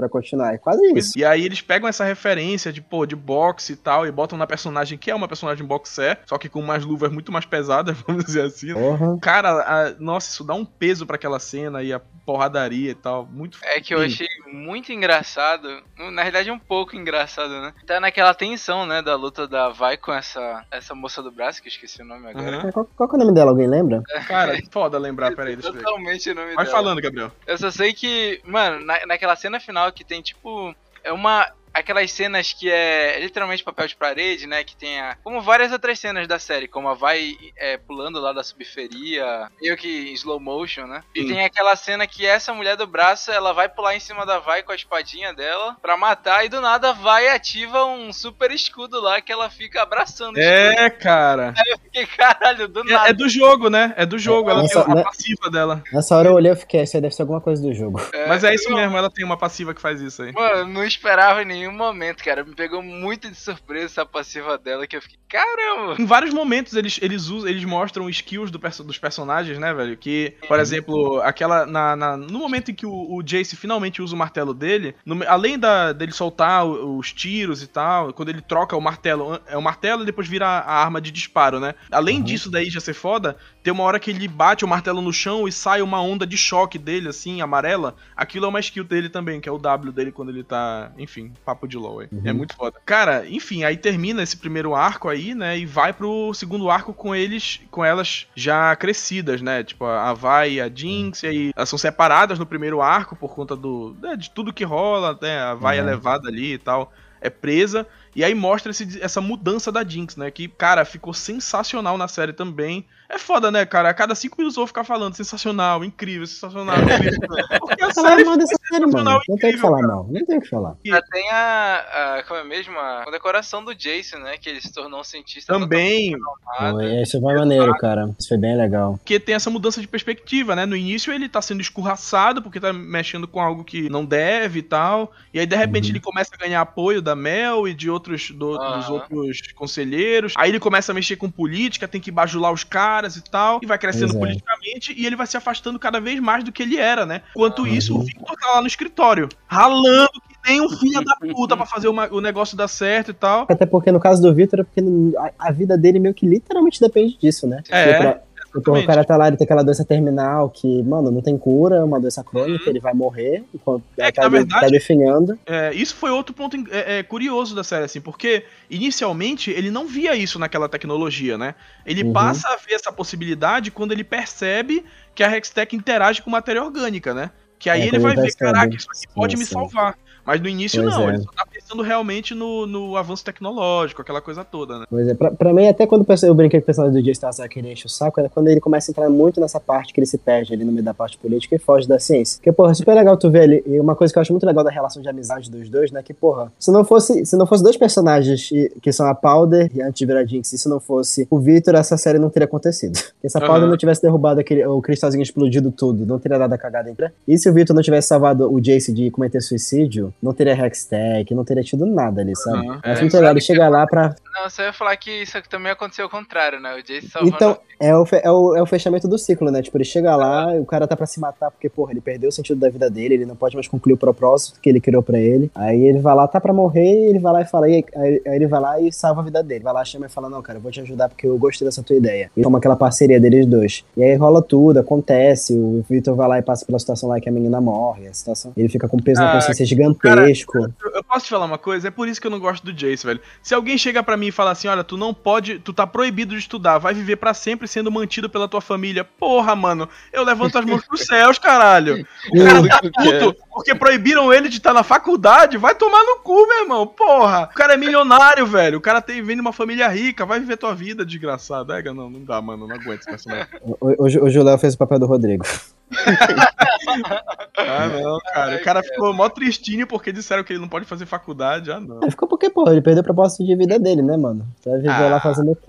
pra continuar. É quase isso. E aí eles pegam essa referência de, pô, de boxe e tal, e botam na personagem que é uma personagem boxer, só que com umas luvas muito mais pesadas, vamos dizer assim. Porra. Cara, a- nossa, isso dá um peso pra aquela cena e a porradaria e tal. Muito É que eu Sim. achei muito engraçado, na verdade um pouco engraçado, né? Tá naquela tensão, né, da luta da Vai com essa, essa moça do braço, que eu esqueci o nome agora. Aham. Qual, qual que é o nome dela? Alguém lembra? Cara, foda lembrar, peraí, deixa eu ver. Totalmente o nome Vai dela. falando, Gabriel. Eu só sei que, mano, na, naquela cena final que tem tipo. É uma. Aquelas cenas que é literalmente papel de parede, né? Que tem a. Como várias outras cenas da série, como a Vai é, pulando lá da subferia, meio que em slow motion, né? E Sim. tem aquela cena que essa mulher do braço, ela vai pular em cima da Vai com a espadinha dela pra matar, e do nada a Vai ativa um super escudo lá que ela fica abraçando o escudo. É, cara. Eu fiquei, caralho, do nada. É, é do jogo, né? É do jogo. Ela Nossa, tem a né? passiva dela. Nessa hora eu olhei e fiquei, isso aí deve ser alguma coisa do jogo. Mas é isso eu- mesmo, ela tem uma passiva que faz isso aí. Mano, eu não esperava em nenhum momento, cara. Me pegou muito de surpresa essa passiva dela, que eu fiquei, caramba! Em vários momentos eles, eles, usam, eles mostram skills do perso- dos personagens, né, velho? Que, por exemplo, aquela. Na, na- no momento em que o, o Jace finalmente usa o martelo dele, no- além da, dele soltar o- os tiros e tal, quando ele troca o martelo, é o martelo e depois vira a, a arma de disparo, né? Além Uhum. disso daí já ser foda, tem uma hora que ele bate o martelo no chão e sai uma onda de choque dele, assim, amarela. Aquilo é uma skill dele também, que é o W dele quando ele tá. Enfim, papo de LoL aí. Uhum. É muito foda. Cara, enfim, aí termina esse primeiro arco aí, né? E vai pro segundo arco com eles, com elas já crescidas, né? Tipo, a Vai e a Jinx, e aí elas são separadas no primeiro arco por conta do. né, de tudo que rola, né? A Vai é Uhum. levada ali e tal. É presa. E aí mostra esse- essa mudança da Jinx, né? Que, cara, ficou sensacional na série também. É foda, né, cara? A cada cinco minutos eu vou ficar falando sensacional, incrível, sensacional, incrível. Porque a Falar série mal dessa série, mano. sensacional, Não tem o que incrível, falar, cara. não. Não tem o que falar. Já tem a, a. Como é mesmo? A condecoração do Jason, né? Que ele se tornou um cientista Também, totalmente Foi, isso foi maneiro, cara. Isso foi bem legal. porque tem essa mudança de perspectiva, né? No início ele tá sendo escorraçado porque tá mexendo com algo que não deve e tal. E aí de repente Uhum. ele começa a ganhar apoio da Mel e de outros do- dos Aham. outros conselheiros. Aí ele começa a mexer com política, tem que bajular os caras e tal. E vai crescendo Pois é. politicamente e ele vai se afastando cada vez mais do que ele era, né? Enquanto isso, o Uhum. Victor tá lá no escritório, ralando que nem um filho da puta pra fazer uma- o negócio dar certo e tal. Até porque no caso do Victor, é porque a, a vida dele meio que literalmente depende disso, né? É, Tipo, Porra, o exatamente. cara tá lá, ele tem aquela doença terminal que, mano, não tem cura, é uma doença crônica, ele vai morrer enquanto É que, tá, na de- verdade- tá definhando. É, isso foi outro ponto é, é, curioso da série, assim, porque inicialmente ele não via isso naquela tecnologia, né? Ele Uhum. passa a ver essa possibilidade quando ele percebe que a Hextech interage com matéria orgânica, né? Que aí É, ele quando vai ele ver, percebe. caraca, isso aqui Sim, pode me sim. salvar. Mas no início Pois não, é. ele só tá pensando realmente no, no avanço tecnológico, aquela coisa toda, né? Pois é, pra, pra mim, até quando o perso- eu brinquei com o personagem do Jason Statham que ele enche o saco, é quando ele começa a entrar muito nessa parte que ele se perde ali no meio da parte política e foge da ciência. Porque, porra, é super legal tu ver ali, e uma coisa que eu acho muito legal da relação de amizade dos dois, né, que, porra, se não fosse, se não fosse dois personagens e- que são a Powder e antes de virar Jinx, e se não fosse o Victor, essa série não teria acontecido. Porque se a Aham. Powder não tivesse derrubado aquele, o cristalzinho explodido tudo, não teria dado a cagada inteira. E se o Victor não tivesse salvado o Jace de cometer suicídio, não teria Hextech, não teria tido nada ali, sabe? Aham. Eu acho É, muito legal ele sabe chegar lá pra Não, só ia falar que isso aqui também aconteceu ao contrário, né? O Jason salvando. Então, é o, fe- é, o, é o fechamento do ciclo, né? Tipo, ele chega lá, o cara tá pra se matar porque, porra, ele perdeu o sentido da vida dele, ele não pode mais concluir o propósito que ele criou pra ele. Aí ele vai lá, tá pra morrer, ele vai lá e fala, e aí, aí ele vai lá e salva a vida dele. Vai lá, chama e fala, não, cara, eu vou te ajudar porque eu gostei dessa tua ideia. E toma aquela parceria deles dois. E aí rola tudo, acontece, o Victor vai lá e passa pela situação lá que a menina morre, a situação, ele fica com um peso na Ah, consciência gigantesco. Eu, eu posso te falar uma coisa? É por isso que eu não gosto do Jace, velho. Se alguém chega pra mim e fala assim, olha, tu não pode, tu tá proibido de estudar, vai viver pra sempre sendo mantido pela tua família. Porra, mano, eu levanto as mãos pros céus, caralho. O cara tá puto porque proibiram ele de estar na faculdade, vai tomar no cu, meu irmão, porra. O cara é milionário, velho, o cara tem, vem de uma família rica, vai viver tua vida, desgraçado. É, não, não dá, mano, não aguento esse personagem. Hoje o Juléo fez o papel do Rodrigo. Ah, não, cara, o cara ficou mó tristinho porque disseram que ele não pode fazer faculdade, ah, não. Ele ficou porque, porra, ele perdeu o propósito de vida dele, né, mano? Vai viver Ah. lá fazendo o quê?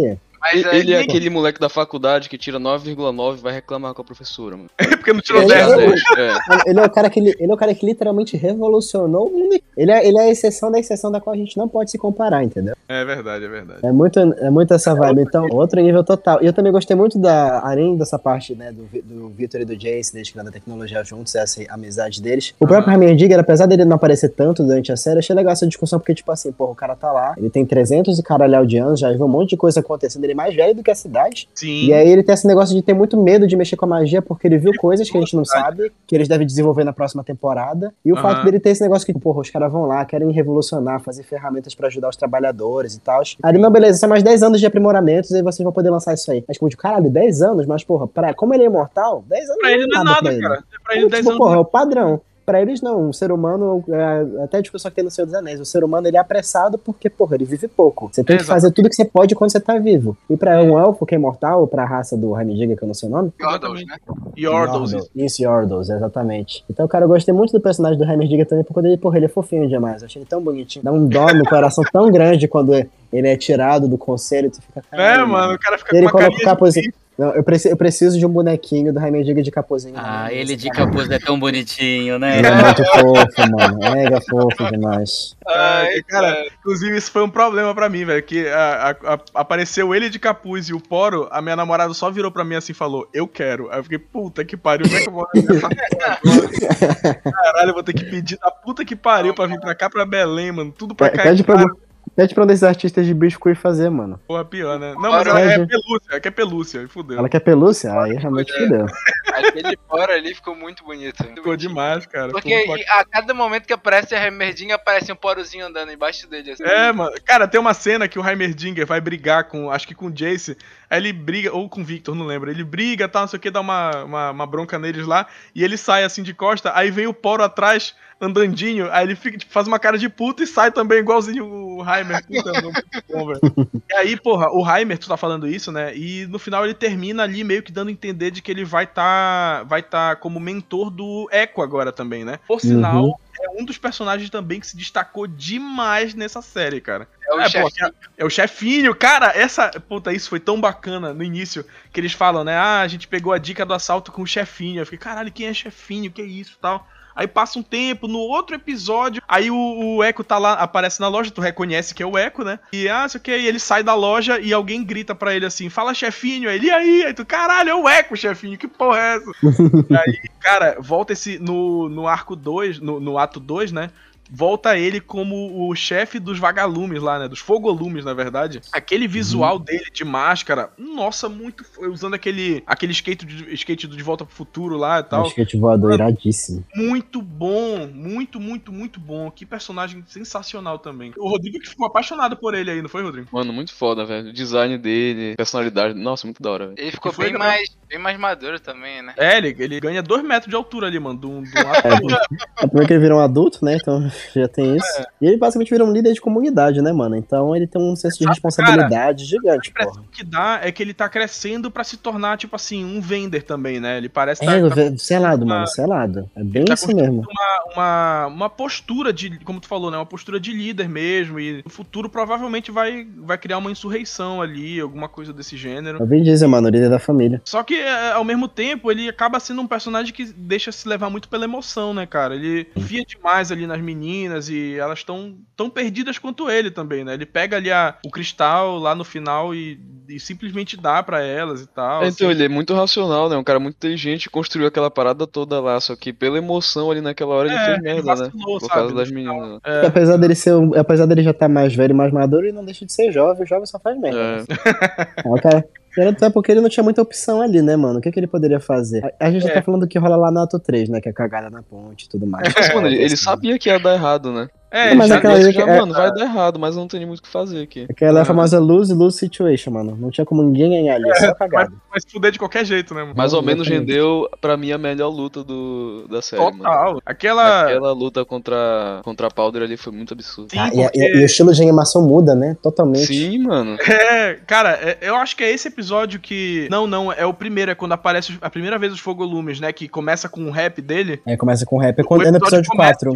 Mas Ele é aí- aquele moleque da faculdade que tira nove vírgula nove e vai reclamar com a professora, mano. É porque não tirou Ele- dez. ele- né? É. Mano, ele é o cara que ele, ele é o cara que literalmente revolucionou o mundo. Ele é, ele é a exceção da exceção da qual a gente não pode se comparar, entendeu? É verdade, é verdade. É muito, é muito essa vibe. Então, outro nível total. E eu também gostei muito da, além dessa parte, né, do, Vi- do Victor e do Jace, eles criando a tecnologia juntos, essa amizade deles. O próprio Heimerdinger, apesar dele não aparecer tanto durante a série, eu achei legal essa discussão, porque, tipo assim, porra, o cara tá lá, ele tem trezentos e caralhau de anos, já viu um monte de coisa acontecendo, ele é mais velho do que a cidade. Sim. E aí ele tem esse negócio de ter muito medo de mexer com a magia, porque ele viu coisas que a gente não sabe, que eles devem desenvolver na próxima temporada. E o Aham. fato dele ter esse negócio que, porra, os caras vão lá, querem revolucionar, fazer ferramentas pra ajudar os trabalhadores e tal. Aí ele, não, beleza, são mais dez anos de aprimoramentos, aí vocês vão poder lançar isso aí. Mas, tipo, de caralho, dez anos? Mas, porra, pra, como ele é imortal, dez anos Pra ele não é nada, pra ele. cara. Pra ele, Então, dez tipo, anos. porra, é o padrão. Pra eles não, o ser humano, é, até a discussão que tem no Senhor dos Anéis, o ser humano ele é apressado porque, porra, ele vive pouco. Você tem que Exato. fazer tudo que você pode quando você tá vivo. E pra um elfo que é imortal, ou pra raça do Heimerdinger, que eu não sei o nome, Yordles, né? Yordles. Yordle. Isso, Yordles, exatamente. Então, cara, eu gostei muito do personagem do Heimerdinger também, porque ele, porra, ele é fofinho demais. Eu achei ele tão bonitinho. Dá um dó no coração tão grande quando ele é tirado do conselho, tu fica, É, caralho, mano, o cara fica E ele com uma coloca o carinha capuz. de... Não, eu, preci- eu preciso de um bonequinho do Heimerdinger de capuzinho. Ah, Né? ele de Esse cara. capuz é tão bonitinho, né? Ele é muito fofo, mano. Mega fofo demais. Ai, Cara, inclusive isso foi um problema pra mim, velho, que a- a- a- apareceu ele de capuz e o Poro, a minha namorada só virou pra mim assim e falou, eu quero. Aí eu fiquei, puta que pariu, como é que eu vou arranjar essa porra agora? Caralho, eu vou ter que pedir da puta que pariu pra vir pra cá, pra Belém, mano, tudo pra Pe- cá. Pede é pra, caro, pede pra um desses artistas de biscuit fazer, mano. porra, pior, né? Não, mas ela Pede. é pelúcia, que é pelúcia, fudeu. Ela quer pelúcia? Aí realmente fudeu. aquele fora ali ficou muito bonito. Ficou demais, cara. Porque ficou muito bacana. a cada momento que aparece a Heimerdinger, aparece um porozinho andando embaixo dele. Assim. É, mano. Cara, tem uma cena que o Heimerdinger vai brigar com, acho que com o Jace. Aí ele briga, ou com o Victor, não lembro. Ele briga, tal, não sei o que, dá uma, uma, uma bronca neles lá. E ele sai assim de costa. Aí vem o Poro atrás, andandinho. Aí ele fica, tipo, faz uma cara de puta e sai também, igualzinho o Heimer. Puta, não, muito bom, velho. E aí, porra, o Heimer, tu tá falando isso, né? E no final ele termina ali meio que dando a entender de que ele vai tá, vai tá como mentor do Echo agora também, né? Por sinal, Uhum. é um dos personagens também que se destacou demais nessa série, cara. É o É, pô, chefinho. é o chefinho, cara, essa, puta, isso foi tão bacana no início, que eles falam, né, ah, a gente pegou a dica do assalto com o chefinho, eu fiquei, caralho, quem é chefinho, que é isso, tal. Aí passa um tempo, no outro episódio, aí o, o Echo tá lá, aparece na loja, tu reconhece que é o Echo, né? E ah, sei o que, e ele sai da loja e alguém grita pra ele assim, fala chefinho, aí ele, e aí? Aí tu, caralho, é o Echo, chefinho, que porra é essa? E aí, cara, volta esse, no, no arco dois, no, no ato dois, né? Volta ele como o chefe dos vagalumes lá, né? Dos fogolumes, na verdade. Aquele visual dele de máscara, nossa, muito. Usando aquele, aquele skate, de, skate do De Volta pro Futuro lá e tal. Acho que é voador iradíssimo. Muito bom, muito, muito, muito bom. Que personagem sensacional também. O Rodrigo que ficou apaixonado por ele aí, não foi, Rodrigo? Mano, muito foda, velho. O design dele, personalidade. Nossa, muito da hora, velho. Ele ficou Que foi, bem galera? mais, bem mais maduro também, né? É, ele, ele ganha dois metros de altura ali, mano. De um, de um ato pro outro. É primeiro que ele virou um adulto, né? Então já tem isso. É. E ele basicamente virou um líder de comunidade, né, mano? Então ele tem um senso de responsabilidade A gigante, porra. impressão que dá é que ele tá crescendo pra se tornar, tipo assim, um vender também, né? Ele parece É, tá, tá ve- selado, uma- mano, selado. É bem tá isso construindo mesmo. Uma, uma, uma postura de, como tu falou, né? Uma postura de líder mesmo. E no futuro provavelmente vai, vai criar uma insurreição ali, alguma coisa desse gênero. Eu vim dizer, mano, o líder da família. Só que, é, ao mesmo tempo, ele acaba sendo um personagem que deixa se levar muito pela emoção, né, cara? Ele confia demais ali nas meninas e elas estão tão perdidas quanto ele também, né? Ele pega ali a, o cristal lá no final e, e simplesmente dá pra elas e tal. É, então, assim. ele é muito racional, né? Um cara muito inteligente, construiu aquela parada toda lá, só que pela emoção ali naquela hora ele É, fez ele merda, né? vacilou, Por sabe, causa no das final. meninas. E apesar dele ser um- apesar dele já estar mais velho e mais maduro, ele não deixa de ser jovem, o jovem só faz merda. É. É, o cara. Até porque ele não tinha muita opção ali, né, mano? O que, que ele poderia fazer? A, a gente já É. tá falando do que rola lá no ato três, né? Que é cagada na ponte e tudo mais. Mas, mano, ele, ele Assim. sabia que ia dar errado, né? É, Não, mas já, aquela- Ele ali já, que é- mano, vai dar errado, mas não tem nem muito o que fazer aqui. Aquela é Ah. a famosa lose-lose situation, mano. Não tinha como ninguém ganhar ali, só vai, cagada. vai se fuder de qualquer jeito, né, mano? Mais ou menos Exatamente. rendeu, pra mim, a melhor luta do, da série, mano. Total. Aquela. Aquela luta contra, contra a Powder ali foi muito absurda. Sim, Ah, e, a- porque- e a- e o estilo de animação muda, né? Totalmente. Sim, mano. É, cara, é- eu acho que é esse episódio que. Não, não, é o primeiro, é quando aparece os- a primeira vez os Fogolumes, né? Que começa com o rap dele. É, começa com rap. É, quando, O é no episódio episódio começa quatro. Um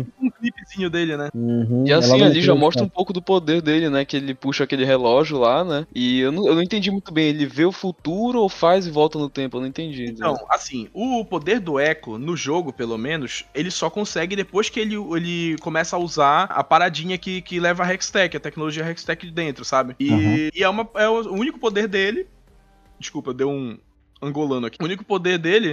chipzinho dele, né? Uhum, E é assim, logo ali já depois, mostra um cara. pouco do poder dele, né? Que ele puxa aquele relógio lá, né? E eu não, eu não entendi muito bem, ele vê o futuro ou faz e volta no tempo? Eu não entendi. Então, entendeu? assim, o poder do Echo, no jogo, pelo menos, ele só consegue depois que ele, ele começa a usar a paradinha que, que leva a Hextech, a tecnologia Hextech de dentro, sabe? E, Uhum. e é, uma, é o único poder dele. Desculpa, deu um angolano aqui. O único poder dele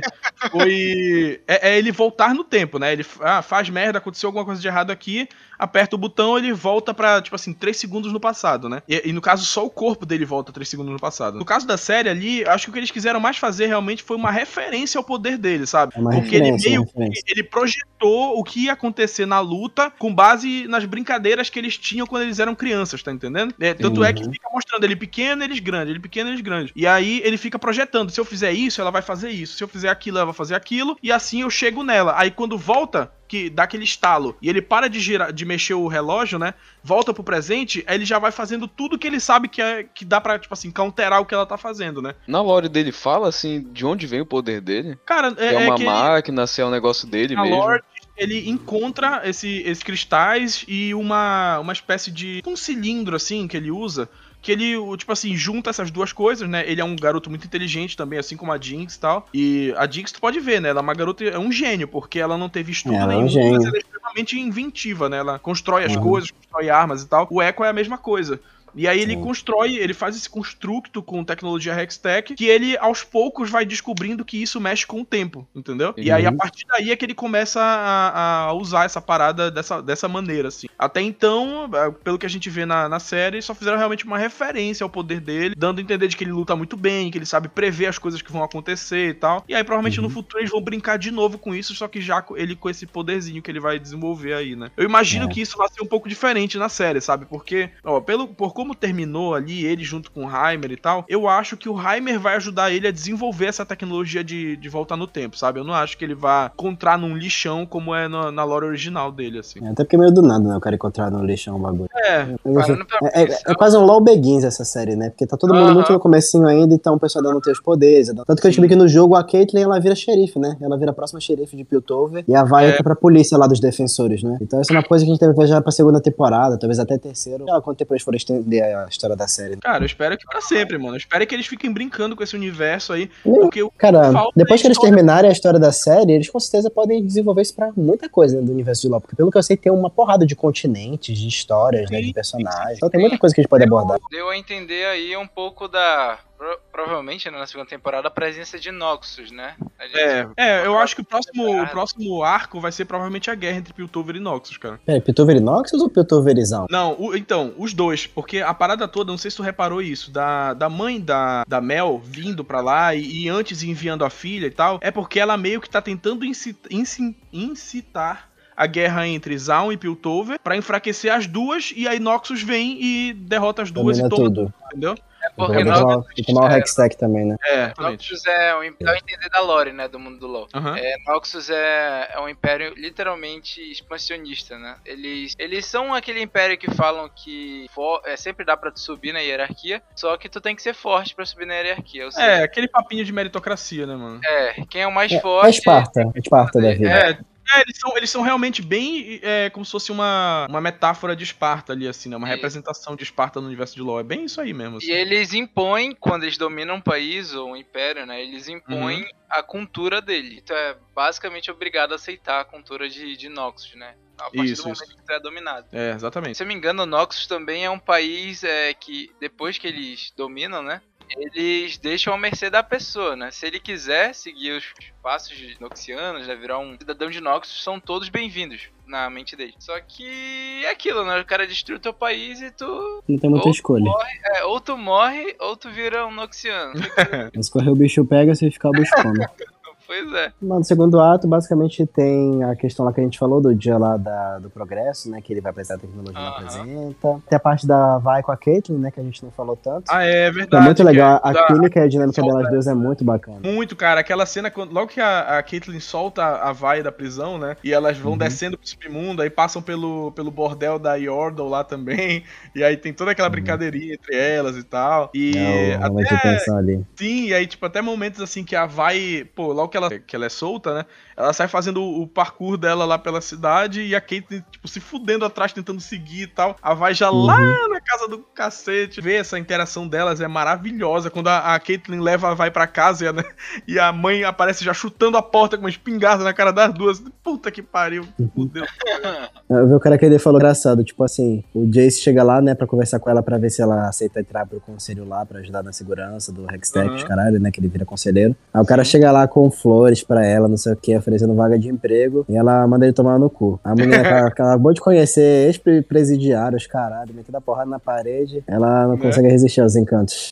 foi. É, é ele voltar no tempo, né? Ele ah, faz merda, aconteceu alguma coisa de errado aqui, aperta o botão, ele volta pra, tipo assim, três segundos no passado, né? E, e no caso, só o corpo dele volta três segundos no passado. No caso da série ali, acho que o que eles quiseram mais fazer realmente foi uma referência ao poder dele, sabe? É uma Porque ele referência, meio uma referência. que ele projetou o que ia acontecer na luta com base nas brincadeiras que eles tinham quando eles eram crianças, tá entendendo? É, tanto é que Uhum. fica mostrando ele pequeno, eles grandes, ele pequeno, eles grandes. E aí ele fica projetando, se eu fizer isso, ela vai fazer isso, se eu fizer aquilo, ela vai fazer aquilo, e assim eu chego nela. Aí quando volta, que dá aquele estalo, e ele para de girar, de mexer o relógio, né? Volta pro presente, aí ele já vai fazendo tudo que ele sabe que, é, que dá pra, tipo assim, counterar o que ela tá fazendo, né? Na lore dele fala, assim, de onde vem o poder dele? Cara, Se é, é uma é que ele, máquina, se é um negócio dele na mesmo. lore, ele encontra esse, esses cristais e uma, uma espécie de um cilindro, assim, que ele usa, que ele, o- tipo assim, junta essas duas coisas, né? Ele é um garoto muito inteligente também, assim como a Jinx e tal. E a Jinx, tu pode ver, né? Ela é uma garota, é um gênio, porque ela não teve estudo Ela é um nenhum, gênio. mas ela é extremamente inventiva, né? Ela constrói as Uhum. coisas, constrói armas e tal. O Echo é a mesma coisa. E aí ele Sim. constrói, ele faz esse construto com tecnologia Hextech, que ele aos poucos vai descobrindo que isso mexe com o tempo, entendeu? E aí a Uhum. partir daí é que ele começa a, a usar essa parada dessa, dessa maneira, assim. Até então, eh, pelo que a gente vê na, na série, só fizeram realmente uma referência ao poder dele, dando a entender de que ele luta muito bem, que ele sabe prever as coisas que vão acontecer e tal. E aí provavelmente Uhum. no futuro eles vão brincar de novo com isso, só que já com ele com esse poderzinho que ele vai desenvolver aí, né? Eu imagino É. que isso vai ser um pouco diferente na série, sabe? Porque, ó, pelo, por como terminou ali, ele junto com o Heimer e tal, eu acho que o Heimer vai ajudar ele a desenvolver essa tecnologia de, de voltar no tempo, sabe? Eu não acho que ele vá encontrar num lixão como é na, na lore original dele, assim. É, até porque é meio do nada, né? O cara encontrar no lixão o bagulho. É, Mas, assim, Parando pra é, é- pensar. é quase um LOL Begins essa série, né? Porque tá todo mundo Aham. muito no comecinho ainda, então o pessoal ainda não tem os poderes. Tanto que eu descobri que no jogo a Caitlyn, ela vira xerife, né? Ela vira a próxima xerife de Piltover e a Vai É. entra pra polícia lá dos defensores, né? Então essa é uma coisa que a gente deve ver já pra segunda temporada, talvez até terceira. Sei lá quanto tempo eles forem estender a história da série. Né? cara, eu espero que pra sempre, mano. Eu espero que eles fiquem brincando com esse universo aí, Meu, porque o Cara, falta depois é que eles história. terminarem a história da série, eles com certeza podem desenvolver isso pra muita coisa né, do universo de LoL. Porque pelo que eu sei, tem uma porrada de continentes, de histórias, né, de personagens. Então tem muita coisa que a gente pode abordar. Deu a entender aí um pouco da. pro- provavelmente né, na segunda temporada a presença de Noxus, né? A gente- É, é, eu acho que o próximo, o próximo arco vai ser provavelmente a guerra entre Piltover e Noxus, cara. Peraí, Piltover Noxus ou Piltoverizão? Não, o- então, os dois, porque a parada toda, não sei se tu reparou isso, da, da mãe da, da Mel vindo pra lá e, e antes enviando a filha e tal, é porque ela meio que tá tentando incita- inci- incitar a guerra entre Zaun e Piltover pra enfraquecer as duas, e aí Noxus vem e derrota as duas Domina e toma tudo. tudo, entendeu? É Vou porque tomar, Noxus, vou tomar o é, Hextech também, né? É, exatamente. Noxus é o im- é o entender da lore, né? Do mundo do LoL. Aham. É, Noxus é, é um império literalmente expansionista, né? Eles, eles são aquele império que falam que fo- é, sempre dá pra tu subir na hierarquia, só que tu tem que ser forte pra subir na hierarquia. Ou seja, É, aquele papinho de meritocracia, né, mano? é, quem é o mais É, forte. é Esparta, é Esparta da vida. É, é, eles, são, eles são realmente bem é, como se fosse uma, uma metáfora de Esparta ali, assim, né? Uma Isso. representação de Esparta no universo de LoL. É bem isso aí mesmo. Assim. E eles impõem, quando eles dominam um país ou um império, né? Eles impõem Uhum. a cultura dele. Tu é basicamente obrigado a aceitar a cultura de, de Noxus, né? A partir Isso, do momento isso. que tu é dominado. É, exatamente. Se eu me engano, o Noxus também é um país é, que, depois que eles dominam, né? Eles deixam à mercê da pessoa, né? Se ele quiser seguir os passos de noxianos, né? Virar um cidadão de Noxus, são todos bem-vindos na mente dele. Só que é aquilo, né? O cara destrui o teu país e tu... Não tem muita Ou escolha. É, ou tu morre, ou tu vira um noxiano. Mas correr o bicho pega, você fica o bicho come. Pois é. Mas no segundo ato, basicamente, tem a questão lá que a gente falou do dia lá da, do progresso, né? Que ele vai apresentar a tecnologia, não Aham. apresenta. Tem a parte da Vai com a Caitlyn, né? Que a gente não falou tanto. Ah, é Que verdade. é muito legal. que é A da- química e a dinâmica solta- delas duas é muito bacana. Muito, cara. Aquela cena, quando, logo que a, a Caitlyn solta a Vai da prisão, né? E elas vão Uhum. descendo pro submundo, aí passam pelo, pelo bordel da Yordle lá também. E aí tem toda aquela brincadeirinha entre elas e tal. E É o momento de até. tensão ali. Sim, e aí, tipo, até momentos assim que a Vai. Pô, logo que ela, que ela é solta, né? Ela sai fazendo o, o parkour dela lá pela cidade e a Caitlyn, tipo, se fudendo atrás, tentando seguir e tal. A vai já Uhum. lá na casa do cacete. Ver essa interação delas é maravilhosa. Quando a, a Caitlyn leva a vai pra casa e a, e a mãe aparece já chutando a porta com uma espingarda na cara das duas. Puta que pariu. Fudeu. Eu vi o cara que ele falou engraçado, tipo assim, o Jace chega lá, né, pra conversar com ela pra ver se ela aceita entrar pro conselho lá, pra ajudar na segurança do Hextech, Uhum. caralho, né, que ele vira conselheiro. Aí o cara chega lá com flores pra ela, não sei o que, oferecendo vaga de emprego, e ela manda ele tomar no cu. A mulher que ela acabou de conhecer, ex-presidiários, caralho, metendo a porrada na parede, ela não Né? consegue resistir aos encantos.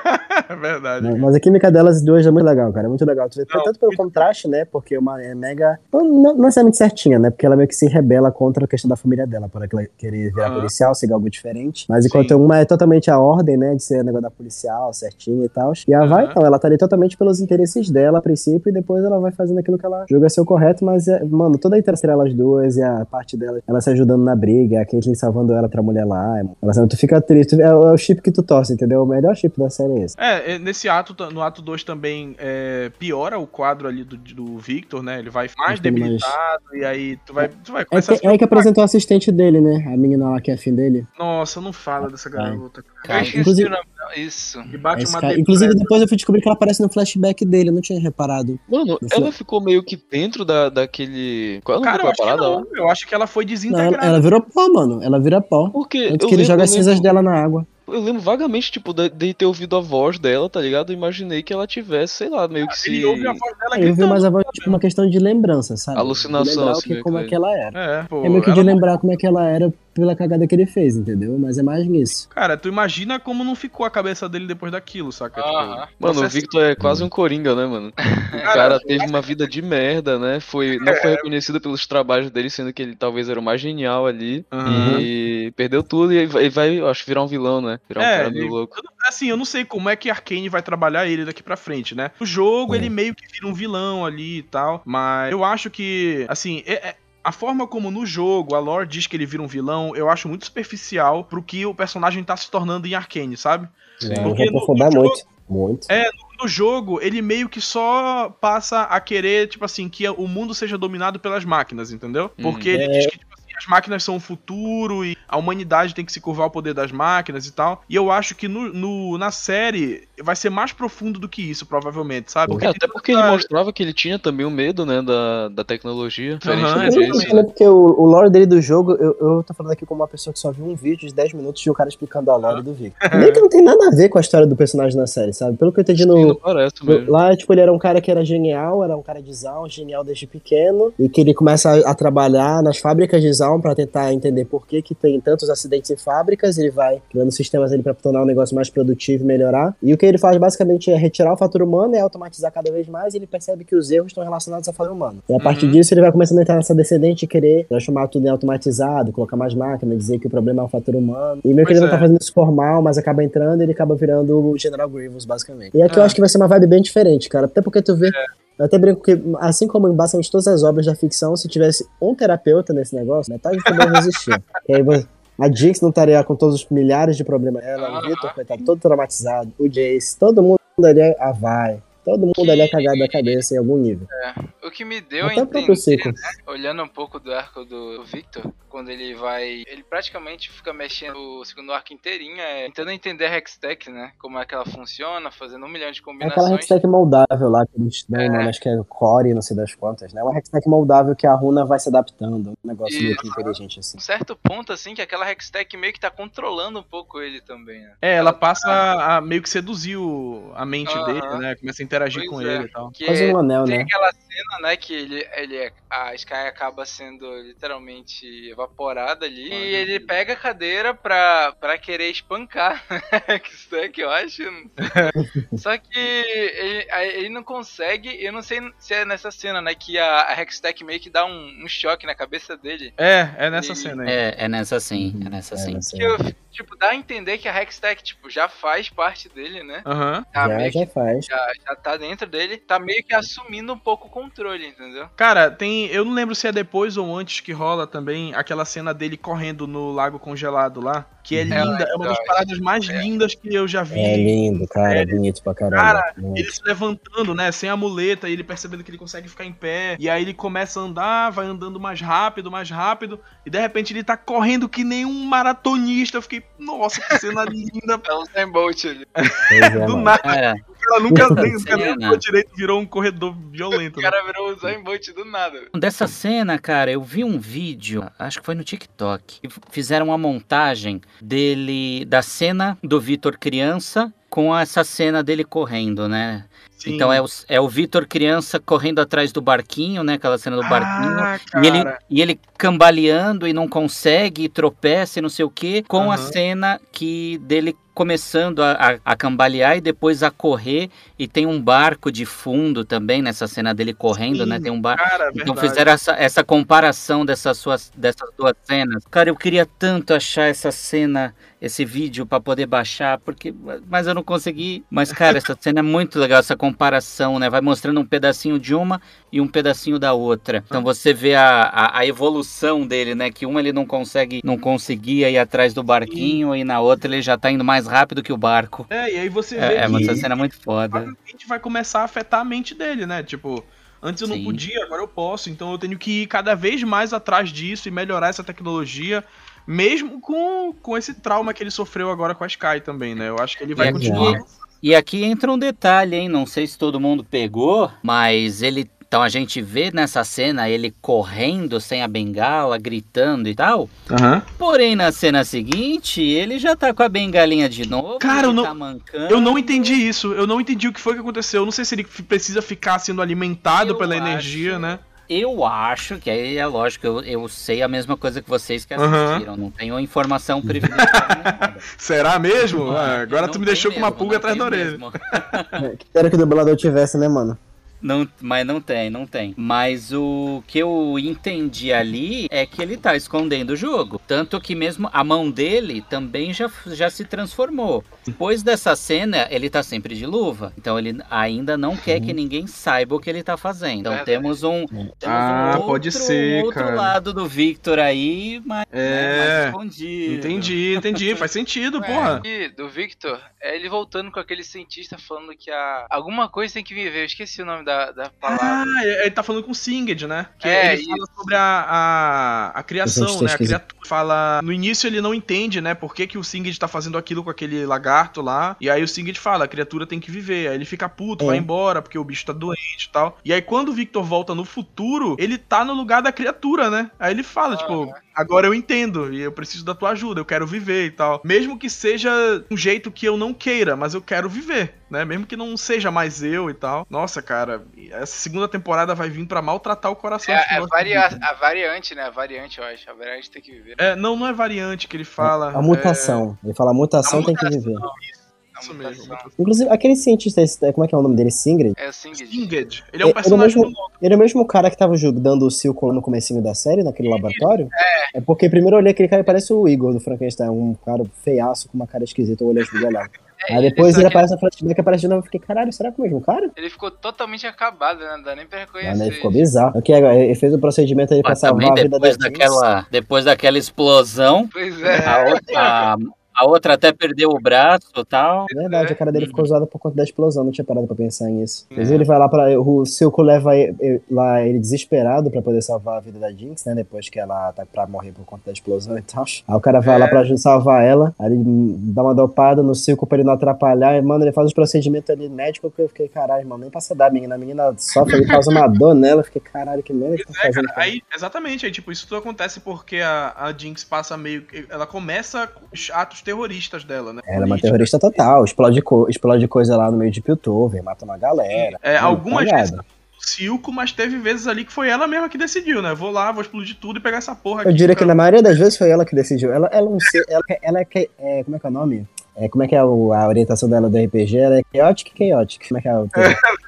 É verdade. Mas mas a química delas duas é muito legal, cara, é muito legal. Tu vê, Não, tanto pelo contraste, né, porque uma é mega, não, não necessariamente certinha, né, porque ela meio que se rebela contra a questão da família dela, por ela querer virar Aham. policial, seguir algo diferente. Mas enquanto Sim. uma é totalmente a ordem, né, de ser negócio da policial, certinha e tal. E a vai, Aham. não, ela tá ali totalmente pelos interesses dela a princípio, e depois ela vai fazendo aquilo que ela julga ser o correto, mas, é, mano, toda a interação entre elas duas e a parte dela, ela se ajudando na briga, a Caitlyn salvando ela pra mulher lá, é, ela sabe, tu fica triste, é, é o chip que tu torce, entendeu? O melhor chip da série é esse. É, nesse ato, no ato dois também é, piora o quadro ali do, do Victor, né? Ele vai mais Ficando mais- debilitado e aí tu vai, tu vai É, começar a que, se é que preocupar. apresentou o assistente dele, né? A menina lá que é afim dele. Nossa, não fala dessa garota. Eu Cara, esqueci inclusive- o nome. não, Isso. E bate Esse uma cara- depressa. inclusive, depois eu fui descobrir que ela aparece no flashback dele, eu não tinha reparado. Mano, Isso ela é- ficou meio que dentro da, daquele. Qual é o nome Cara, eu daquela acho que parada não. lá? Eu acho que ela foi Não, desintegrada. ela, ela virou pó, mano. Ela vira pó. Porque Tanto eu que ele lembro- joga eu as cinzas lembro- dela na água. Eu lembro vagamente, tipo, de, de ter ouvido a voz dela, tá ligado? Eu imaginei que ela tivesse, sei lá, meio que se. Ele ouve a voz dela Aí eu vi gritando. mais a voz, tipo, uma questão de lembrança, sabe? Alucinação, De lembrar assim, o que, meio como que- é que ela era. É, pô. É meio que de ela não- lembrar como é que ela era pela cagada que ele fez, entendeu? Mas é mais nisso. Cara, tu imagina como não ficou a cabeça dele depois daquilo, saca? Aham. Tipo, Mano, o processo- Victor é quase um coringa, né, mano? O cara teve uma vida de merda, né? Foi, não foi reconhecido pelos trabalhos dele, sendo que ele talvez era o mais genial ali. Aham. E perdeu tudo e vai, vai, eu acho, virar um vilão, né? Virar um É, cara ele- meio louco. eu não- assim, eu não sei como é que Arcane vai trabalhar ele daqui pra frente, né? No jogo, É. ele meio que vira um vilão ali e tal, mas eu acho que, assim, é- é- a forma como no jogo a lore diz que ele vira um vilão, eu acho muito superficial pro que o personagem tá se tornando em Arcane, sabe? É, Porque eu vou no- aprofundar no jogo- muito. Muito. É, no jogo, ele meio que só passa a querer, tipo assim, que o mundo seja dominado pelas máquinas, entendeu? Porque ele É. diz que, tipo assim, as máquinas são o futuro e a humanidade tem que se curvar ao poder das máquinas e tal. E eu acho que no, no- na série vai ser mais profundo do que isso, provavelmente, sabe? É, até porque ele Ah, mostrava que ele tinha também o medo, né, da, da tecnologia. Diferente Aham, do é Eu Jason, não né? sei, né, porque o, o lore dele do jogo, eu, eu tô falando aqui como uma pessoa que só viu um vídeo de dez minutos de um cara explicando a lore do Victor. Meio que não tem nada a ver com a história do personagem na série, sabe? Pelo que eu entendi Sim, não no, parece mesmo. lá, tipo, ele era um cara que era genial, era um cara de Zaun, genial desde pequeno, e que ele começa a, a trabalhar nas fábricas de Zaun pra tentar entender por que que tem tantos acidentes em fábricas, ele vai criando sistemas ali pra tornar o negócio mais produtivo e melhorar, e o que ele faz basicamente é retirar o fator humano e automatizar cada vez mais, e ele percebe que os erros estão relacionados ao fator humano. E a partir Uhum. disso ele vai começando a entrar nessa descendente e querer transformar tudo em automatizado, colocar mais máquina, dizer que o problema é o fator humano, e meio que Pois ele não é. tá fazendo isso formal, mas acaba entrando e ele acaba virando o General Grievous, basicamente. E aqui eu É. acho que vai ser uma vibe bem diferente, cara, até porque tu vê eu até brinco que, assim como em basicamente todas as obras da ficção, se tivesse um terapeuta nesse negócio, metade do problema não existia. E aí, você- a Jinx não estaria com todos os milhares de problemas dela, o Victor, coitado, todo traumatizado, o Jace, todo mundo ali, a Vai, todo mundo ali é cagado da cabeça em algum nível. O que me deu Até a o próprio entender, ciclo. né, olhando um pouco do arco do Victor, quando ele vai... Ele praticamente fica mexendo o segundo arco inteirinho, é, tentando entender a Hextech, né? Como é que ela funciona, fazendo um milhão de É aquela combinações. hextech moldável lá, que eles dão o nome, acho que é Core, não sei das quantas, né? Uma hextech moldável que a runa vai se adaptando, um negócio meio que Isso. inteligente assim. Um certo ponto, assim, que aquela Hextech meio que tá controlando um pouco ele também, né? É, ela passa a, a meio que seduzir o- a mente Aham. dele, né? Começa a interagir Pois com é. ele e tal. Que Quase um anel, tem né? aquela cena, né, que ele, ele é- a Sky acaba sendo literalmente evaporada ali, e ele pega a cadeira pra, pra querer espancar a Hextech, eu acho. Só que ele, aí ele não consegue, eu não sei se é nessa cena, né, que a, a Hextech meio que dá um, um choque na cabeça dele. É, é nessa E- cena aí. É, é nessa sim, é nessa sim. É, assim, Que eu, tipo, dá a entender que a Hextech, tipo, já faz parte dele, né? Aham. Tá já, meio já que, faz. já, já tá dentro dele, tá meio que assumindo um pouco o controle, entendeu? Cara, tem. Eu não lembro se é depois ou antes que rola também aquela cena dele correndo no lago congelado lá. Que é linda, é uma das paradas mais lindas que eu já vi. É lindo, cara, bonito pra caramba. Cara, muito. ele se levantando, né, sem a muleta, e ele percebendo que ele consegue ficar em pé, e aí ele começa a andar, vai andando mais rápido, mais rápido, e de repente ele tá correndo que nem um maratonista. Eu fiquei, nossa, que cena linda. É um Usain Bolt ali. Pois é, Do mano. nada, Cara, ela nunca nem Cena. nem direito, virou um corredor violento. O Né? cara virou o Usain Bolt do nada. dessa cena, cara, eu vi um vídeo, acho que foi no TikTok, e fizeram uma montagem dele, da cena do Vitor criança com essa cena dele correndo, né? Sim. Então é o, é o Vitor criança correndo atrás do barquinho, né? Aquela cena do barquinho. Ah, E ele, cara. e ele cambaleando e não consegue, e tropeça e não sei o quê, com a Aham. cena que dele começando a, a, a cambalear e depois a correr, e tem um barco de fundo também nessa cena dele correndo, Sim, né? Tem um barco. Cara, Então verdade. fizeram essa, essa comparação dessas, suas, dessas duas cenas. Cara, eu queria tanto achar essa cena, esse vídeo pra poder baixar, porque, mas eu não consegui. Mas, cara, essa cena é muito legal, essa comparação, né? Vai mostrando um pedacinho de uma e um pedacinho da outra. Então você vê a, a, a evolução dele, né? Que uma ele não consegue, não conseguia ir atrás do barquinho, e na outra ele já tá indo mais rápido que o barco. É, e aí você vê É, é que uma cena muito foda. provavelmente vai começar a afetar a mente dele, né? Tipo, antes eu não Sim. podia, agora eu posso, então eu tenho que ir cada vez mais atrás disso e melhorar essa tecnologia, mesmo com, com esse trauma que ele sofreu agora com a Sky também, né? Eu acho que ele vai E aqui- continuar. E aqui entra um detalhe, hein? Não sei se todo mundo pegou, mas ele. Então a gente vê nessa cena ele correndo sem a bengala, gritando e tal. Aham. Porém, na cena seguinte, ele já tá com a bengalinha de novo. Cara, eu ele não- tá mancando. Eu não entendi isso, eu não entendi o que foi que aconteceu. Eu não sei se ele f- precisa ficar sendo alimentado Eu pela acho- energia, né? Eu acho que aí é lógico, eu, eu sei a mesma coisa que vocês que Aham. assistiram. Não tenho informação privilegiada. nem nada. Será mesmo? Ah, Eu agora não tu me tenho deixou com uma mesmo, pulga não atrás da tenho orelha. mesmo. Quero que o dublador tivesse, né, mano? Não, mas não tem, não tem. Mas o que eu entendi ali é que ele tá escondendo o jogo. Tanto que mesmo a mão dele também já, já se transformou. Depois dessa cena, ele tá sempre de luva. Então ele ainda não quer que ninguém saiba o que ele tá fazendo. Então Verdade. temos um, temos Ah, um outro, pode ser, um outro cara. lado do Victor aí, mas, né, É, mais escondido. entendi, entendi. Faz sentido, Ué, porra. E do Victor, é ele voltando com aquele cientista falando que a... alguma coisa tem que viver. Eu esqueci o nome da, da palavra. Ah, ele tá falando com o Singed, né? Que É, ele fala sobre a, a, a criação, Gente, né? A esqueci. criatura. Fala. No início ele não entende, né? Por que, que o Singed tá fazendo aquilo com aquele lagarto lá. E aí o Singed fala, a criatura tem que viver. Aí ele fica puto, É. vai embora, porque o bicho tá doente e tal. E aí quando o Victor volta no futuro, ele tá no lugar da criatura, né? Aí ele fala, tipo, agora eu entendo. E eu preciso da tua ajuda, eu quero viver e tal. Mesmo que seja um jeito que eu não queira, mas eu quero viver, né? Mesmo que não seja mais eu e tal. Nossa, cara, essa segunda temporada vai vir pra maltratar o coração. de quem É, é gosta de varia... Victor. a variante, né? A variante, eu acho. A variante tem que viver. É, não, não é variante que ele fala. A mutação. Ele fala, a mutação A tem que viver. A Isso mutação. mesmo. Inclusive, aquele cientista, esse- como é que é o nome dele? Singed? É o É. Singed. Singed. Ele é um Ele é personagem mesmo- do nome. Ele é o mesmo cara que tava ajudando o Silco no comecinho da série, naquele laboratório? É. É porque primeiro eu olhei aquele cara e parece o Igor do Frankenstein, um cara feiaço com uma cara esquisita, eu olhei assim, olhava. É, Aí depois só ele que aparece na flashback, aparece de novo, eu fiquei, caralho, será que é o mesmo cara? Ele ficou totalmente acabado, né? Não dá nem pra reconhecer. Mano, ele ficou bizarro. Ok, agora, ele fez o procedimento aí pra Mas salvar também a vida da depois Jinx. daquela, depois daquela explosão, Pois é. a outra, a, a outra até perdeu o braço e tal. Verdade, a cara dele ficou zoada por conta da explosão, não tinha parado pra pensar nisso. É. Inclusive, ele vai lá pra. O Silco leva ele, lá ele desesperado pra poder salvar a vida da Jinx, né? Depois que ela tá pra morrer por conta da explosão e tal. Aí o cara vai É. lá pra ajudar a salvar ela, aí ele dá uma dopada no Silco pra ele não atrapalhar, e, mano, ele faz os procedimentos ali médico que eu fiquei, caralho, mano, nem passa da menina. A menina sofre, ele causa uma dor nela, eu fiquei, caralho, que merda que tá É, fazendo. cara, aí, exatamente, aí, tipo, isso tudo acontece porque a, a Jinx passa meio. Ela começa com os atos terroristas dela, né? Ela é uma Política. terrorista total, explode, co explode coisa lá no meio de Piltover, mata uma galera. É, Hum, algumas cagada. vezes o Silco, mas teve vezes ali que foi ela mesma que decidiu, né? Vou lá, vou explodir tudo e pegar essa porra aqui. Eu diria que pra- na maioria das vezes foi ela que decidiu. Ela, ela, não sei, ela, ela é, que- é. Como é que é o nome? É, como é que é o- a orientação dela do R P G? Ela é chaotic chaotic. Como é que é o.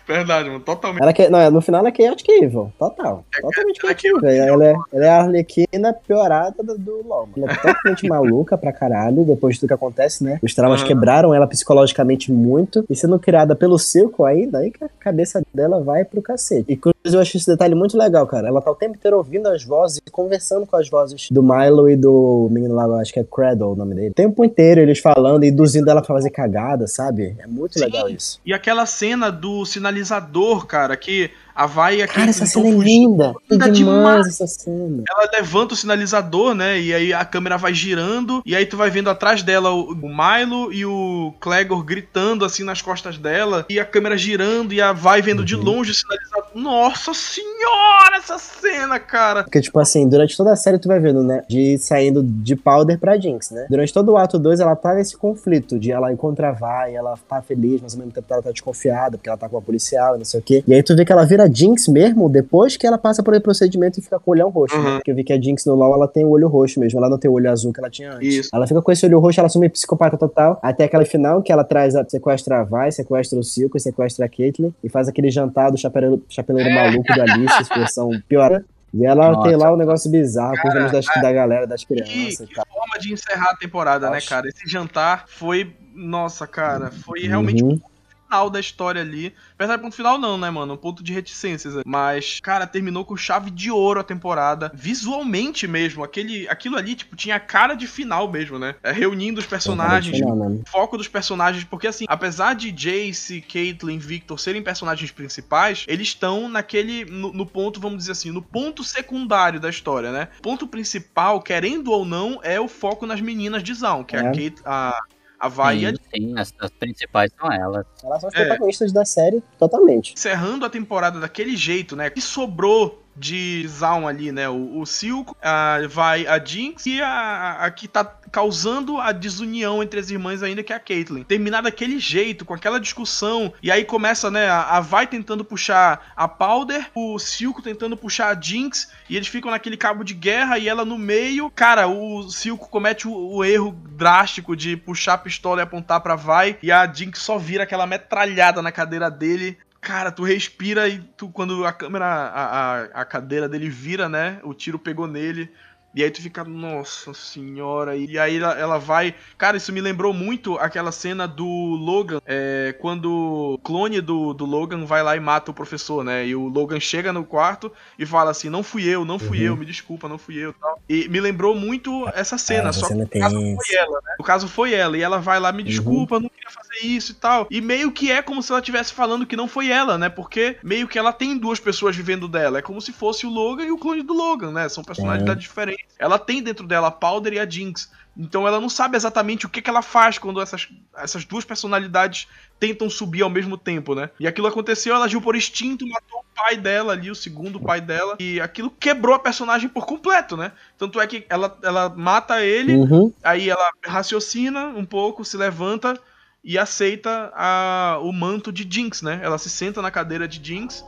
Verdade, mano, totalmente. Ela que, não, no final ela é Chaotic Evil, total. É, totalmente ela é Chaotic Evil. Ela é, ela é a Arlequina piorada do, do LoL. Ela é totalmente maluca pra caralho, depois de tudo que acontece, né? Os traumas Uhum. quebraram ela psicologicamente muito, e sendo criada pelo Silco ainda, aí que a cabeça dela vai pro cacete. E inclusive eu acho esse detalhe muito legal, cara. Ela tá o tempo inteiro ouvindo as vozes e conversando com as vozes do Milo e do menino lá, eu acho que é Cradle o nome dele. O tempo inteiro eles falando e induzindo ela pra fazer cagada, sabe? É muito Sim. legal isso. E aquela cena do sinalizador, cara, que a Vai e a Cara, essa Caitlyn cena é tão fugindo. linda. Linda Demais demais. essa cena. Ela levanta o sinalizador, né? E aí a câmera vai girando. E aí tu vai vendo atrás dela o, o Milo e o Clegor gritando assim nas costas dela. E a câmera girando e a Vai vendo Uhum. de longe o sinalizador. Nossa senhora, essa cena, cara. Porque, tipo assim, durante toda a série tu vai vendo, né? De saindo de Powder pra Jinx, né? Durante todo o ato dois ela tá nesse conflito de ela encontrar a Vai, ela tá feliz, mas ao mesmo tempo ela tá desconfiada, porque ela tá com uma policial e não sei o quê. E aí tu vê que ela vira Jinx mesmo depois que ela passa por esse procedimento e fica com o olhão roxo, Uhum. né? Porque eu vi que a Jinx no LoL ela tem o olho roxo mesmo, ela não tem o olho azul que ela tinha antes. Isso. Ela fica com esse olho roxo, ela assume psicopata total, até aquela final que ela traz a sequestra a Vai, sequestra o Silco, sequestra a Caitlyn e faz aquele jantar do chapeleiro, chapeleiro É. maluco da Alice, versão pior. E ela Nossa. tem lá um negócio bizarro com os Cara, nomes das, da galera, das Que, crianças e que tal. forma de encerrar a temporada, né, Nossa. cara? Esse jantar foi. Nossa, cara, foi realmente Uhum. o final da história ali. Apesar de ponto final, não, né, mano? Um ponto de reticências. Mas, cara, terminou com chave de ouro a temporada. Visualmente mesmo. Aquele, aquilo ali, tipo, tinha cara de final mesmo, né? É, reunindo os personagens. Não, não, não. Foco dos personagens, porque assim, apesar de Jace, Caitlyn, Victor serem personagens principais, eles estão naquele, no, no ponto, vamos dizer assim, no ponto secundário da história, né? Ponto principal, querendo ou não, é o foco nas meninas de Zaun, que é, É. a Kate, a, a Vai e a Sim, sim, as, as principais são elas. Elas são os É. protagonistas da série totalmente. encerrando a temporada daquele jeito, né? Que sobrou de Zaun ali, né? O, o Silco, a, vai a Jinx e a, a que tá causando a desunião entre as irmãs ainda, que é a Caitlyn. Terminar daquele jeito, com aquela discussão, e aí começa, né? A, a Vai tentando puxar a Powder, o Silco tentando puxar a Jinx, e eles ficam naquele cabo de guerra e ela no meio. Cara, o Silco comete o, o erro drástico de puxar a pistola e apontar pra Vai, e a Jinx só vira aquela metralhada na cadeira dele. Cara, tu respira e tu, quando a câmera, a, a, a cadeira dele vira, né? O tiro pegou nele. E aí tu fica, nossa senhora. E aí ela, ela vai... Cara, isso me lembrou muito aquela cena do Logan. É, quando o clone do, do Logan vai lá e mata o professor, né? E o Logan chega no quarto e fala assim, não fui eu, não fui Uhum. eu, me desculpa, não fui eu. Tal. E me lembrou muito essa cena. Ah, essa só cena que no caso tensa. foi ela, né? No caso foi ela. E ela vai lá, me Uhum. desculpa, eu não queria fazer isso e tal. E meio que é como se ela estivesse falando que não foi ela, né? Porque meio que ela tem duas pessoas vivendo dela. É como se fosse o Logan e o clone do Logan, né? São personalidades diferentes. Ela tem dentro dela a Powder e a Jinx. Então ela não sabe exatamente o que, que ela faz quando essas, essas duas personalidades tentam subir ao mesmo tempo, né? E aquilo aconteceu, ela agiu por instinto, matou o pai dela ali, o segundo pai dela, e aquilo quebrou a personagem por completo, né? Tanto é que ela, ela mata ele, Uhum. aí ela raciocina um pouco, se levanta e aceita a, o manto de Jinx, né? Ela se senta na cadeira de Jinx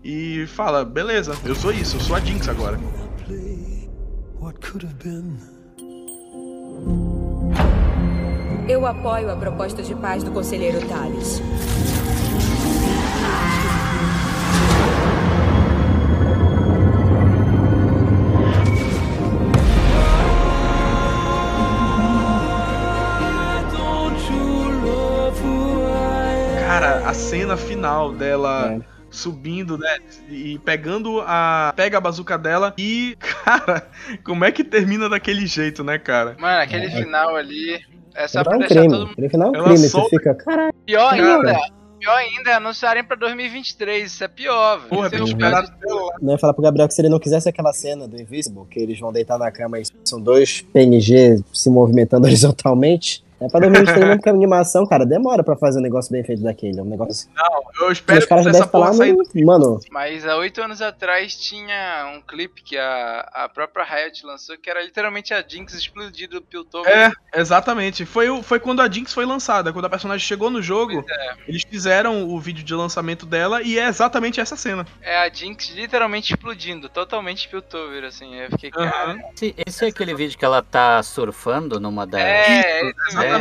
e fala, beleza, eu sou isso, eu sou a Jinx agora. What could have been? Eu apoio a proposta de paz do conselheiro Thales. Cara, a cena final dela É. subindo, né, e pegando a... pega a bazuca dela e, cara, como é que termina daquele jeito, né, cara? Mano, aquele final ali é só Ela pra é um deixar crime. todo mundo... Aquele final é um Ela crime. solta- Tu fica, caralho. Pior Cara. ainda, pior ainda é anunciarem pra dois mil e vinte e três, isso é pior, velho. Porra, Isso é tem que o esperar pior de- até lá. Não ia falar pro Gabriel que se ele não quisesse aquela cena do Invisible, que eles vão deitar na cama e são dois P N G se movimentando horizontalmente. É pra dormir de porque a animação, cara, demora pra fazer um negócio bem feito daquele. É um negócio. Não, eu Que espero os que caras já essa devem falar, porra saia... mano. Mas há oito anos atrás tinha um clipe que a, a própria Riot lançou, que era literalmente a Jinx explodindo do Piltover. É, exatamente. Foi, o- foi quando a Jinx foi lançada. Quando a personagem chegou no jogo, eles fizeram o vídeo de lançamento dela e é exatamente essa cena. É a Jinx literalmente explodindo, totalmente Piltover, assim. Eu fiquei, cara. Aham. Esse, esse é aquele vídeo que ela tá surfando numa das. É, é isso mesmo. Exatamente.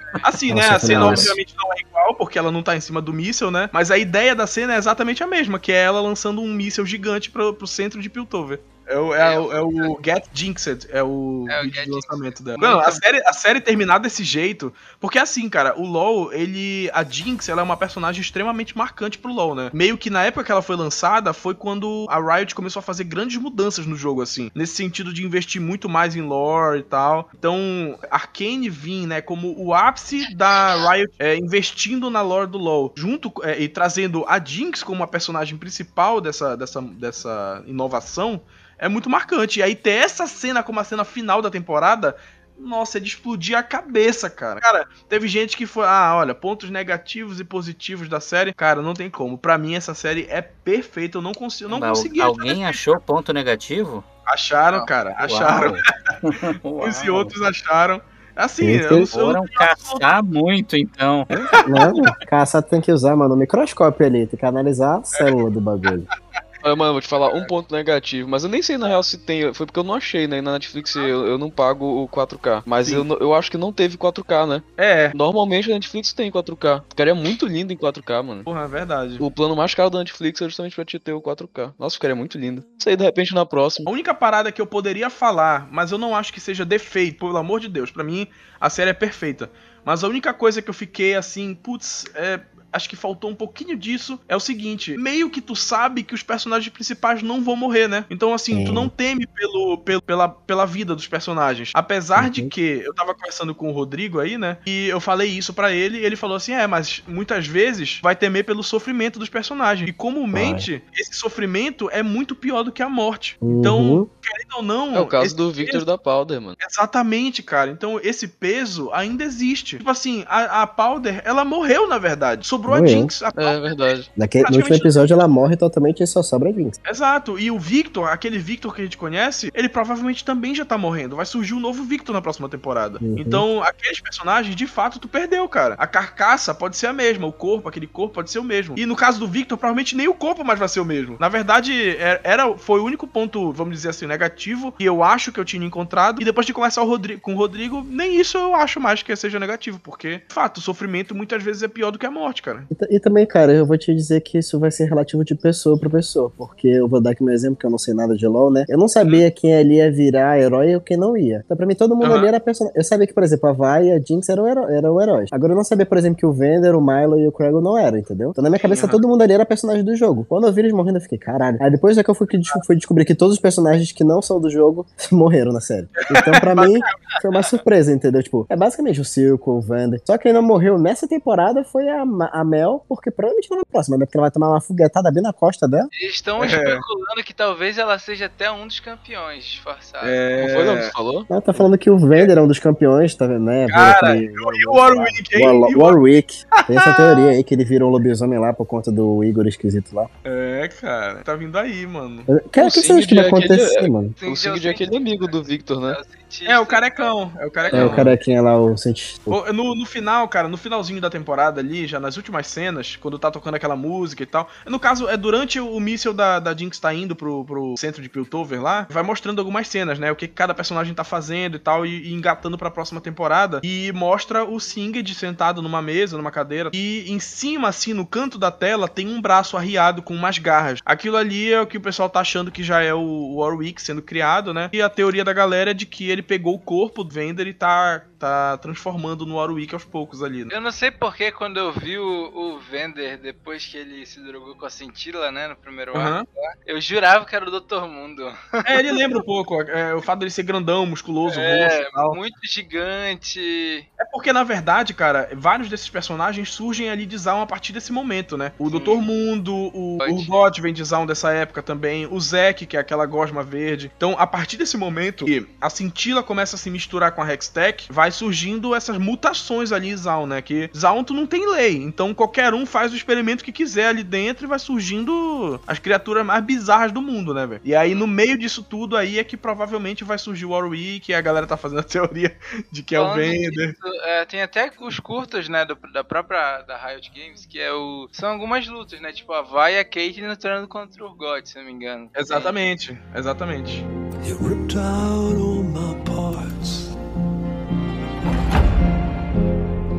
Assim, né? Nossa, A cena nossa. obviamente não é igual, porque ela não tá em cima do míssil, né? Mas a ideia da cena é exatamente a mesma, que é ela lançando um míssil gigante pro, pro centro de Piltover. É o, é, o, é o Get Jinxed, é o É o vídeo Get de lançamento dela. Muito Não, a bom. série, a série terminar desse jeito, porque assim, cara, o LoL, ele, a Jinx, ela é uma personagem extremamente marcante pro LoL, né? Meio que na época que ela foi lançada, foi quando a Riot começou a fazer grandes mudanças no jogo, assim, nesse sentido de investir muito mais em lore e tal. Então, Arcane vinha, né, como o ápice da Riot é, investindo na lore do LoL, junto é, e trazendo a Jinx como a personagem principal dessa, dessa, dessa inovação, é muito marcante. E aí ter essa cena como a cena final da temporada, nossa, é de explodir a cabeça, cara. Cara, teve gente que foi, ah, olha, pontos negativos e positivos da série. Cara, não tem como. Pra mim, essa série é perfeita. Eu não consigo, não Mas consegui. alguém achou ponto negativo? Acharam, Não. cara, acharam. Uau. Uns e outros acharam. Assim, Sim, eu, eu, eu Foram caçar muito, então. Não, caçar tem que usar, mano, o microscópio ali, tem que analisar a célula do bagulho. Ah, mano, vou te falar um ponto negativo, mas eu nem sei na real se tem, foi porque eu não achei, né, na Netflix eu, eu não pago o quatro K, mas eu, não- eu acho que não teve quatro K, né? É, Normalmente a Netflix tem quatro K, ficaria muito lindo em quatro K, mano. porra, é verdade. O plano mais caro da Netflix é justamente pra te ter o quatro K. Nossa, ficaria muito lindo. Isso aí, de repente, na próxima. A única parada que eu poderia falar, mas eu não acho que seja defeito, pelo amor de Deus, pra mim a série é perfeita. Mas a única coisa que eu fiquei assim, putz, é, acho que faltou um pouquinho disso, é o seguinte, meio que tu sabe que os personagens principais não vão morrer, né? Então assim, Sim. tu não teme pelo, pelo, pela, pela vida dos personagens. Apesar de Uhum. que, eu tava conversando com o Rodrigo aí, né? E eu falei isso pra ele, e ele falou assim, é, mas muitas vezes vai temer pelo sofrimento dos personagens. E comumente, esse sofrimento é muito pior do que a morte. Então, Uhum. querendo ou não... É o caso esse do peso- Victor da Powder, mano. Exatamente, cara. Então esse peso ainda existe. Tipo assim, a, a Powder, ela morreu, na verdade. Sobrou Morreu. a Jinx. A É verdade. Naquele, no Praticamente- último episódio ela morre totalmente e só sobra a Jinx. Exato. E o Victor, aquele Victor que a gente conhece, ele provavelmente também já tá morrendo. Vai surgir um novo Victor na próxima temporada. Uhum. Então, aqueles personagens, de fato, tu perdeu, cara. A carcaça pode ser a mesma, o corpo, aquele corpo pode ser o mesmo. E no caso do Victor, provavelmente nem o corpo mais vai ser o mesmo. Na verdade, é- era, foi o único ponto, vamos dizer assim, negativo que eu acho que eu tinha encontrado. E depois de conversar o Rodrigo, com o Rodrigo, nem isso eu acho mais que seja negativo. Porque, de fato, o sofrimento muitas vezes é pior do que a morte, cara. E, ta- e também, cara, eu vou te dizer que isso vai ser relativo de pessoa pra pessoa, porque eu vou dar aqui meu exemplo, que eu não sei nada de LoL, né? Eu não sabia quem ali ia virar herói ou quem não ia. Então, pra mim, todo mundo Aham. ali era personagem. Eu sabia que, por exemplo, a Vi e a Jinx eram heró- eram o herói. Agora, eu não sabia, por exemplo, que o Vander, o Milo e o Krago não eram, entendeu? Então, na minha cabeça, aham. todo mundo ali era personagem do jogo. Quando eu vi eles morrendo, eu fiquei, caralho. Aí depois é que eu fui, que- fui descobrir que todos os personagens que não são do jogo morreram na série. Então, pra mim, foi uma surpresa, entendeu? Tipo, é basicamente o Silco, o Vander. Só que quem não morreu nessa temporada foi a, Ma- a Mel, porque provavelmente não na próxima, né? Porque ela vai tomar uma foguetada bem na costa dela. Eles estão É. especulando que talvez ela seja até um dos campeões disfarçados. É... Não foi não que você falou? Ela tá falando que o Vander é um dos campeões, tá vendo, né? Cara, Vira aquele- E o Warwick, hein? War- E o- Warwick. Tem essa teoria aí que ele virou um lobisomem lá por conta do Igor esquisito lá. É, cara. Tá vindo aí, mano. Cara, o que você acha que vai Sigrid é aquele- acontecer, mano? O Sigurd é aquele amigo do Victor, né? É, o carecão. É o carecão. É, o carequinha lá, o cientista. Ô, No, no final, cara, no finalzinho da temporada ali, já nas últimas cenas, quando tá tocando aquela música e tal. No caso, é durante o míssil da, da Jinx tá indo pro, pro centro de Piltover lá, vai mostrando algumas cenas, né? O que cada personagem tá fazendo e tal, e, e engatando pra próxima temporada. E mostra o Singed sentado numa mesa, numa cadeira. E em cima, assim, no canto da tela, tem um braço arriado com umas garras. Aquilo ali é o que o pessoal tá achando que já é o Warwick sendo criado, né? E a teoria da galera é de que ele pegou o corpo do Vander e tá, tá transformando no Warwick aos poucos ali, né? Eu não sei porque quando eu vi o, o Vander depois que ele se drogou com a Scintilla, né, no primeiro Aham. arco, lá, eu jurava que era o doutor Mundo. É, ele lembra um pouco, é, o fato dele ser grandão, musculoso, roxo É, e tal. muito gigante. É porque, na verdade, cara, vários desses personagens surgem ali de Zaun a partir desse momento, né? O Sim. doutor Mundo, o Pode. Urgot vem de Zaun dessa época também, o Zek, que é aquela gosma verde. Então, a partir desse momento que a Scintilla começa a se misturar com a Hextech, vai surgindo essas mutações ali em Zaun, né? Que Zaun tu não tem lei, então qualquer um faz o experimento que quiser ali dentro e vai surgindo as criaturas mais bizarras do mundo, né, velho? E aí, no meio disso tudo aí é que provavelmente vai surgir o Warwick, e a galera tá fazendo a teoria de que é o Falando Vander. disso, é, tem até os curtas, né, do- da própria da Riot Games, que é o são algumas lutas, né, tipo a Vi e a Caitlyn lutando contra o Urgot, se não me engano. Exatamente, exatamente. You ripped out all my parts.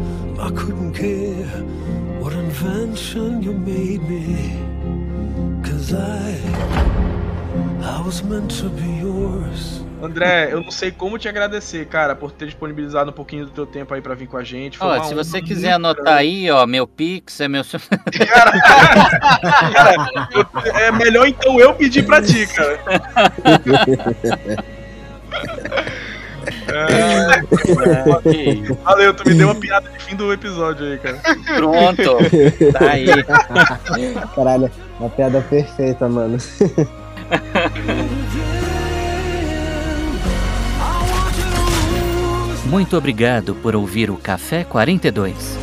I couldn't care what invention you made me, 'cause I, I was meant to be yours. André, eu não sei como te agradecer, cara, por ter disponibilizado um pouquinho do teu tempo aí pra vir com a gente. Foi Ó, uma se honra você muito quiser anotar aí, ó, meu Pix é meu... Cara, cara, eu- é melhor então eu pedir pra ti, cara. É, Ok, valeu, tu me deu uma piada de fim do episódio aí, cara. pronto, tá aí. Caralho, uma piada perfeita, mano. Muito obrigado por ouvir o Café quarenta e dois.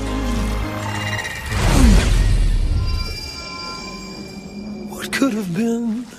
What could have been?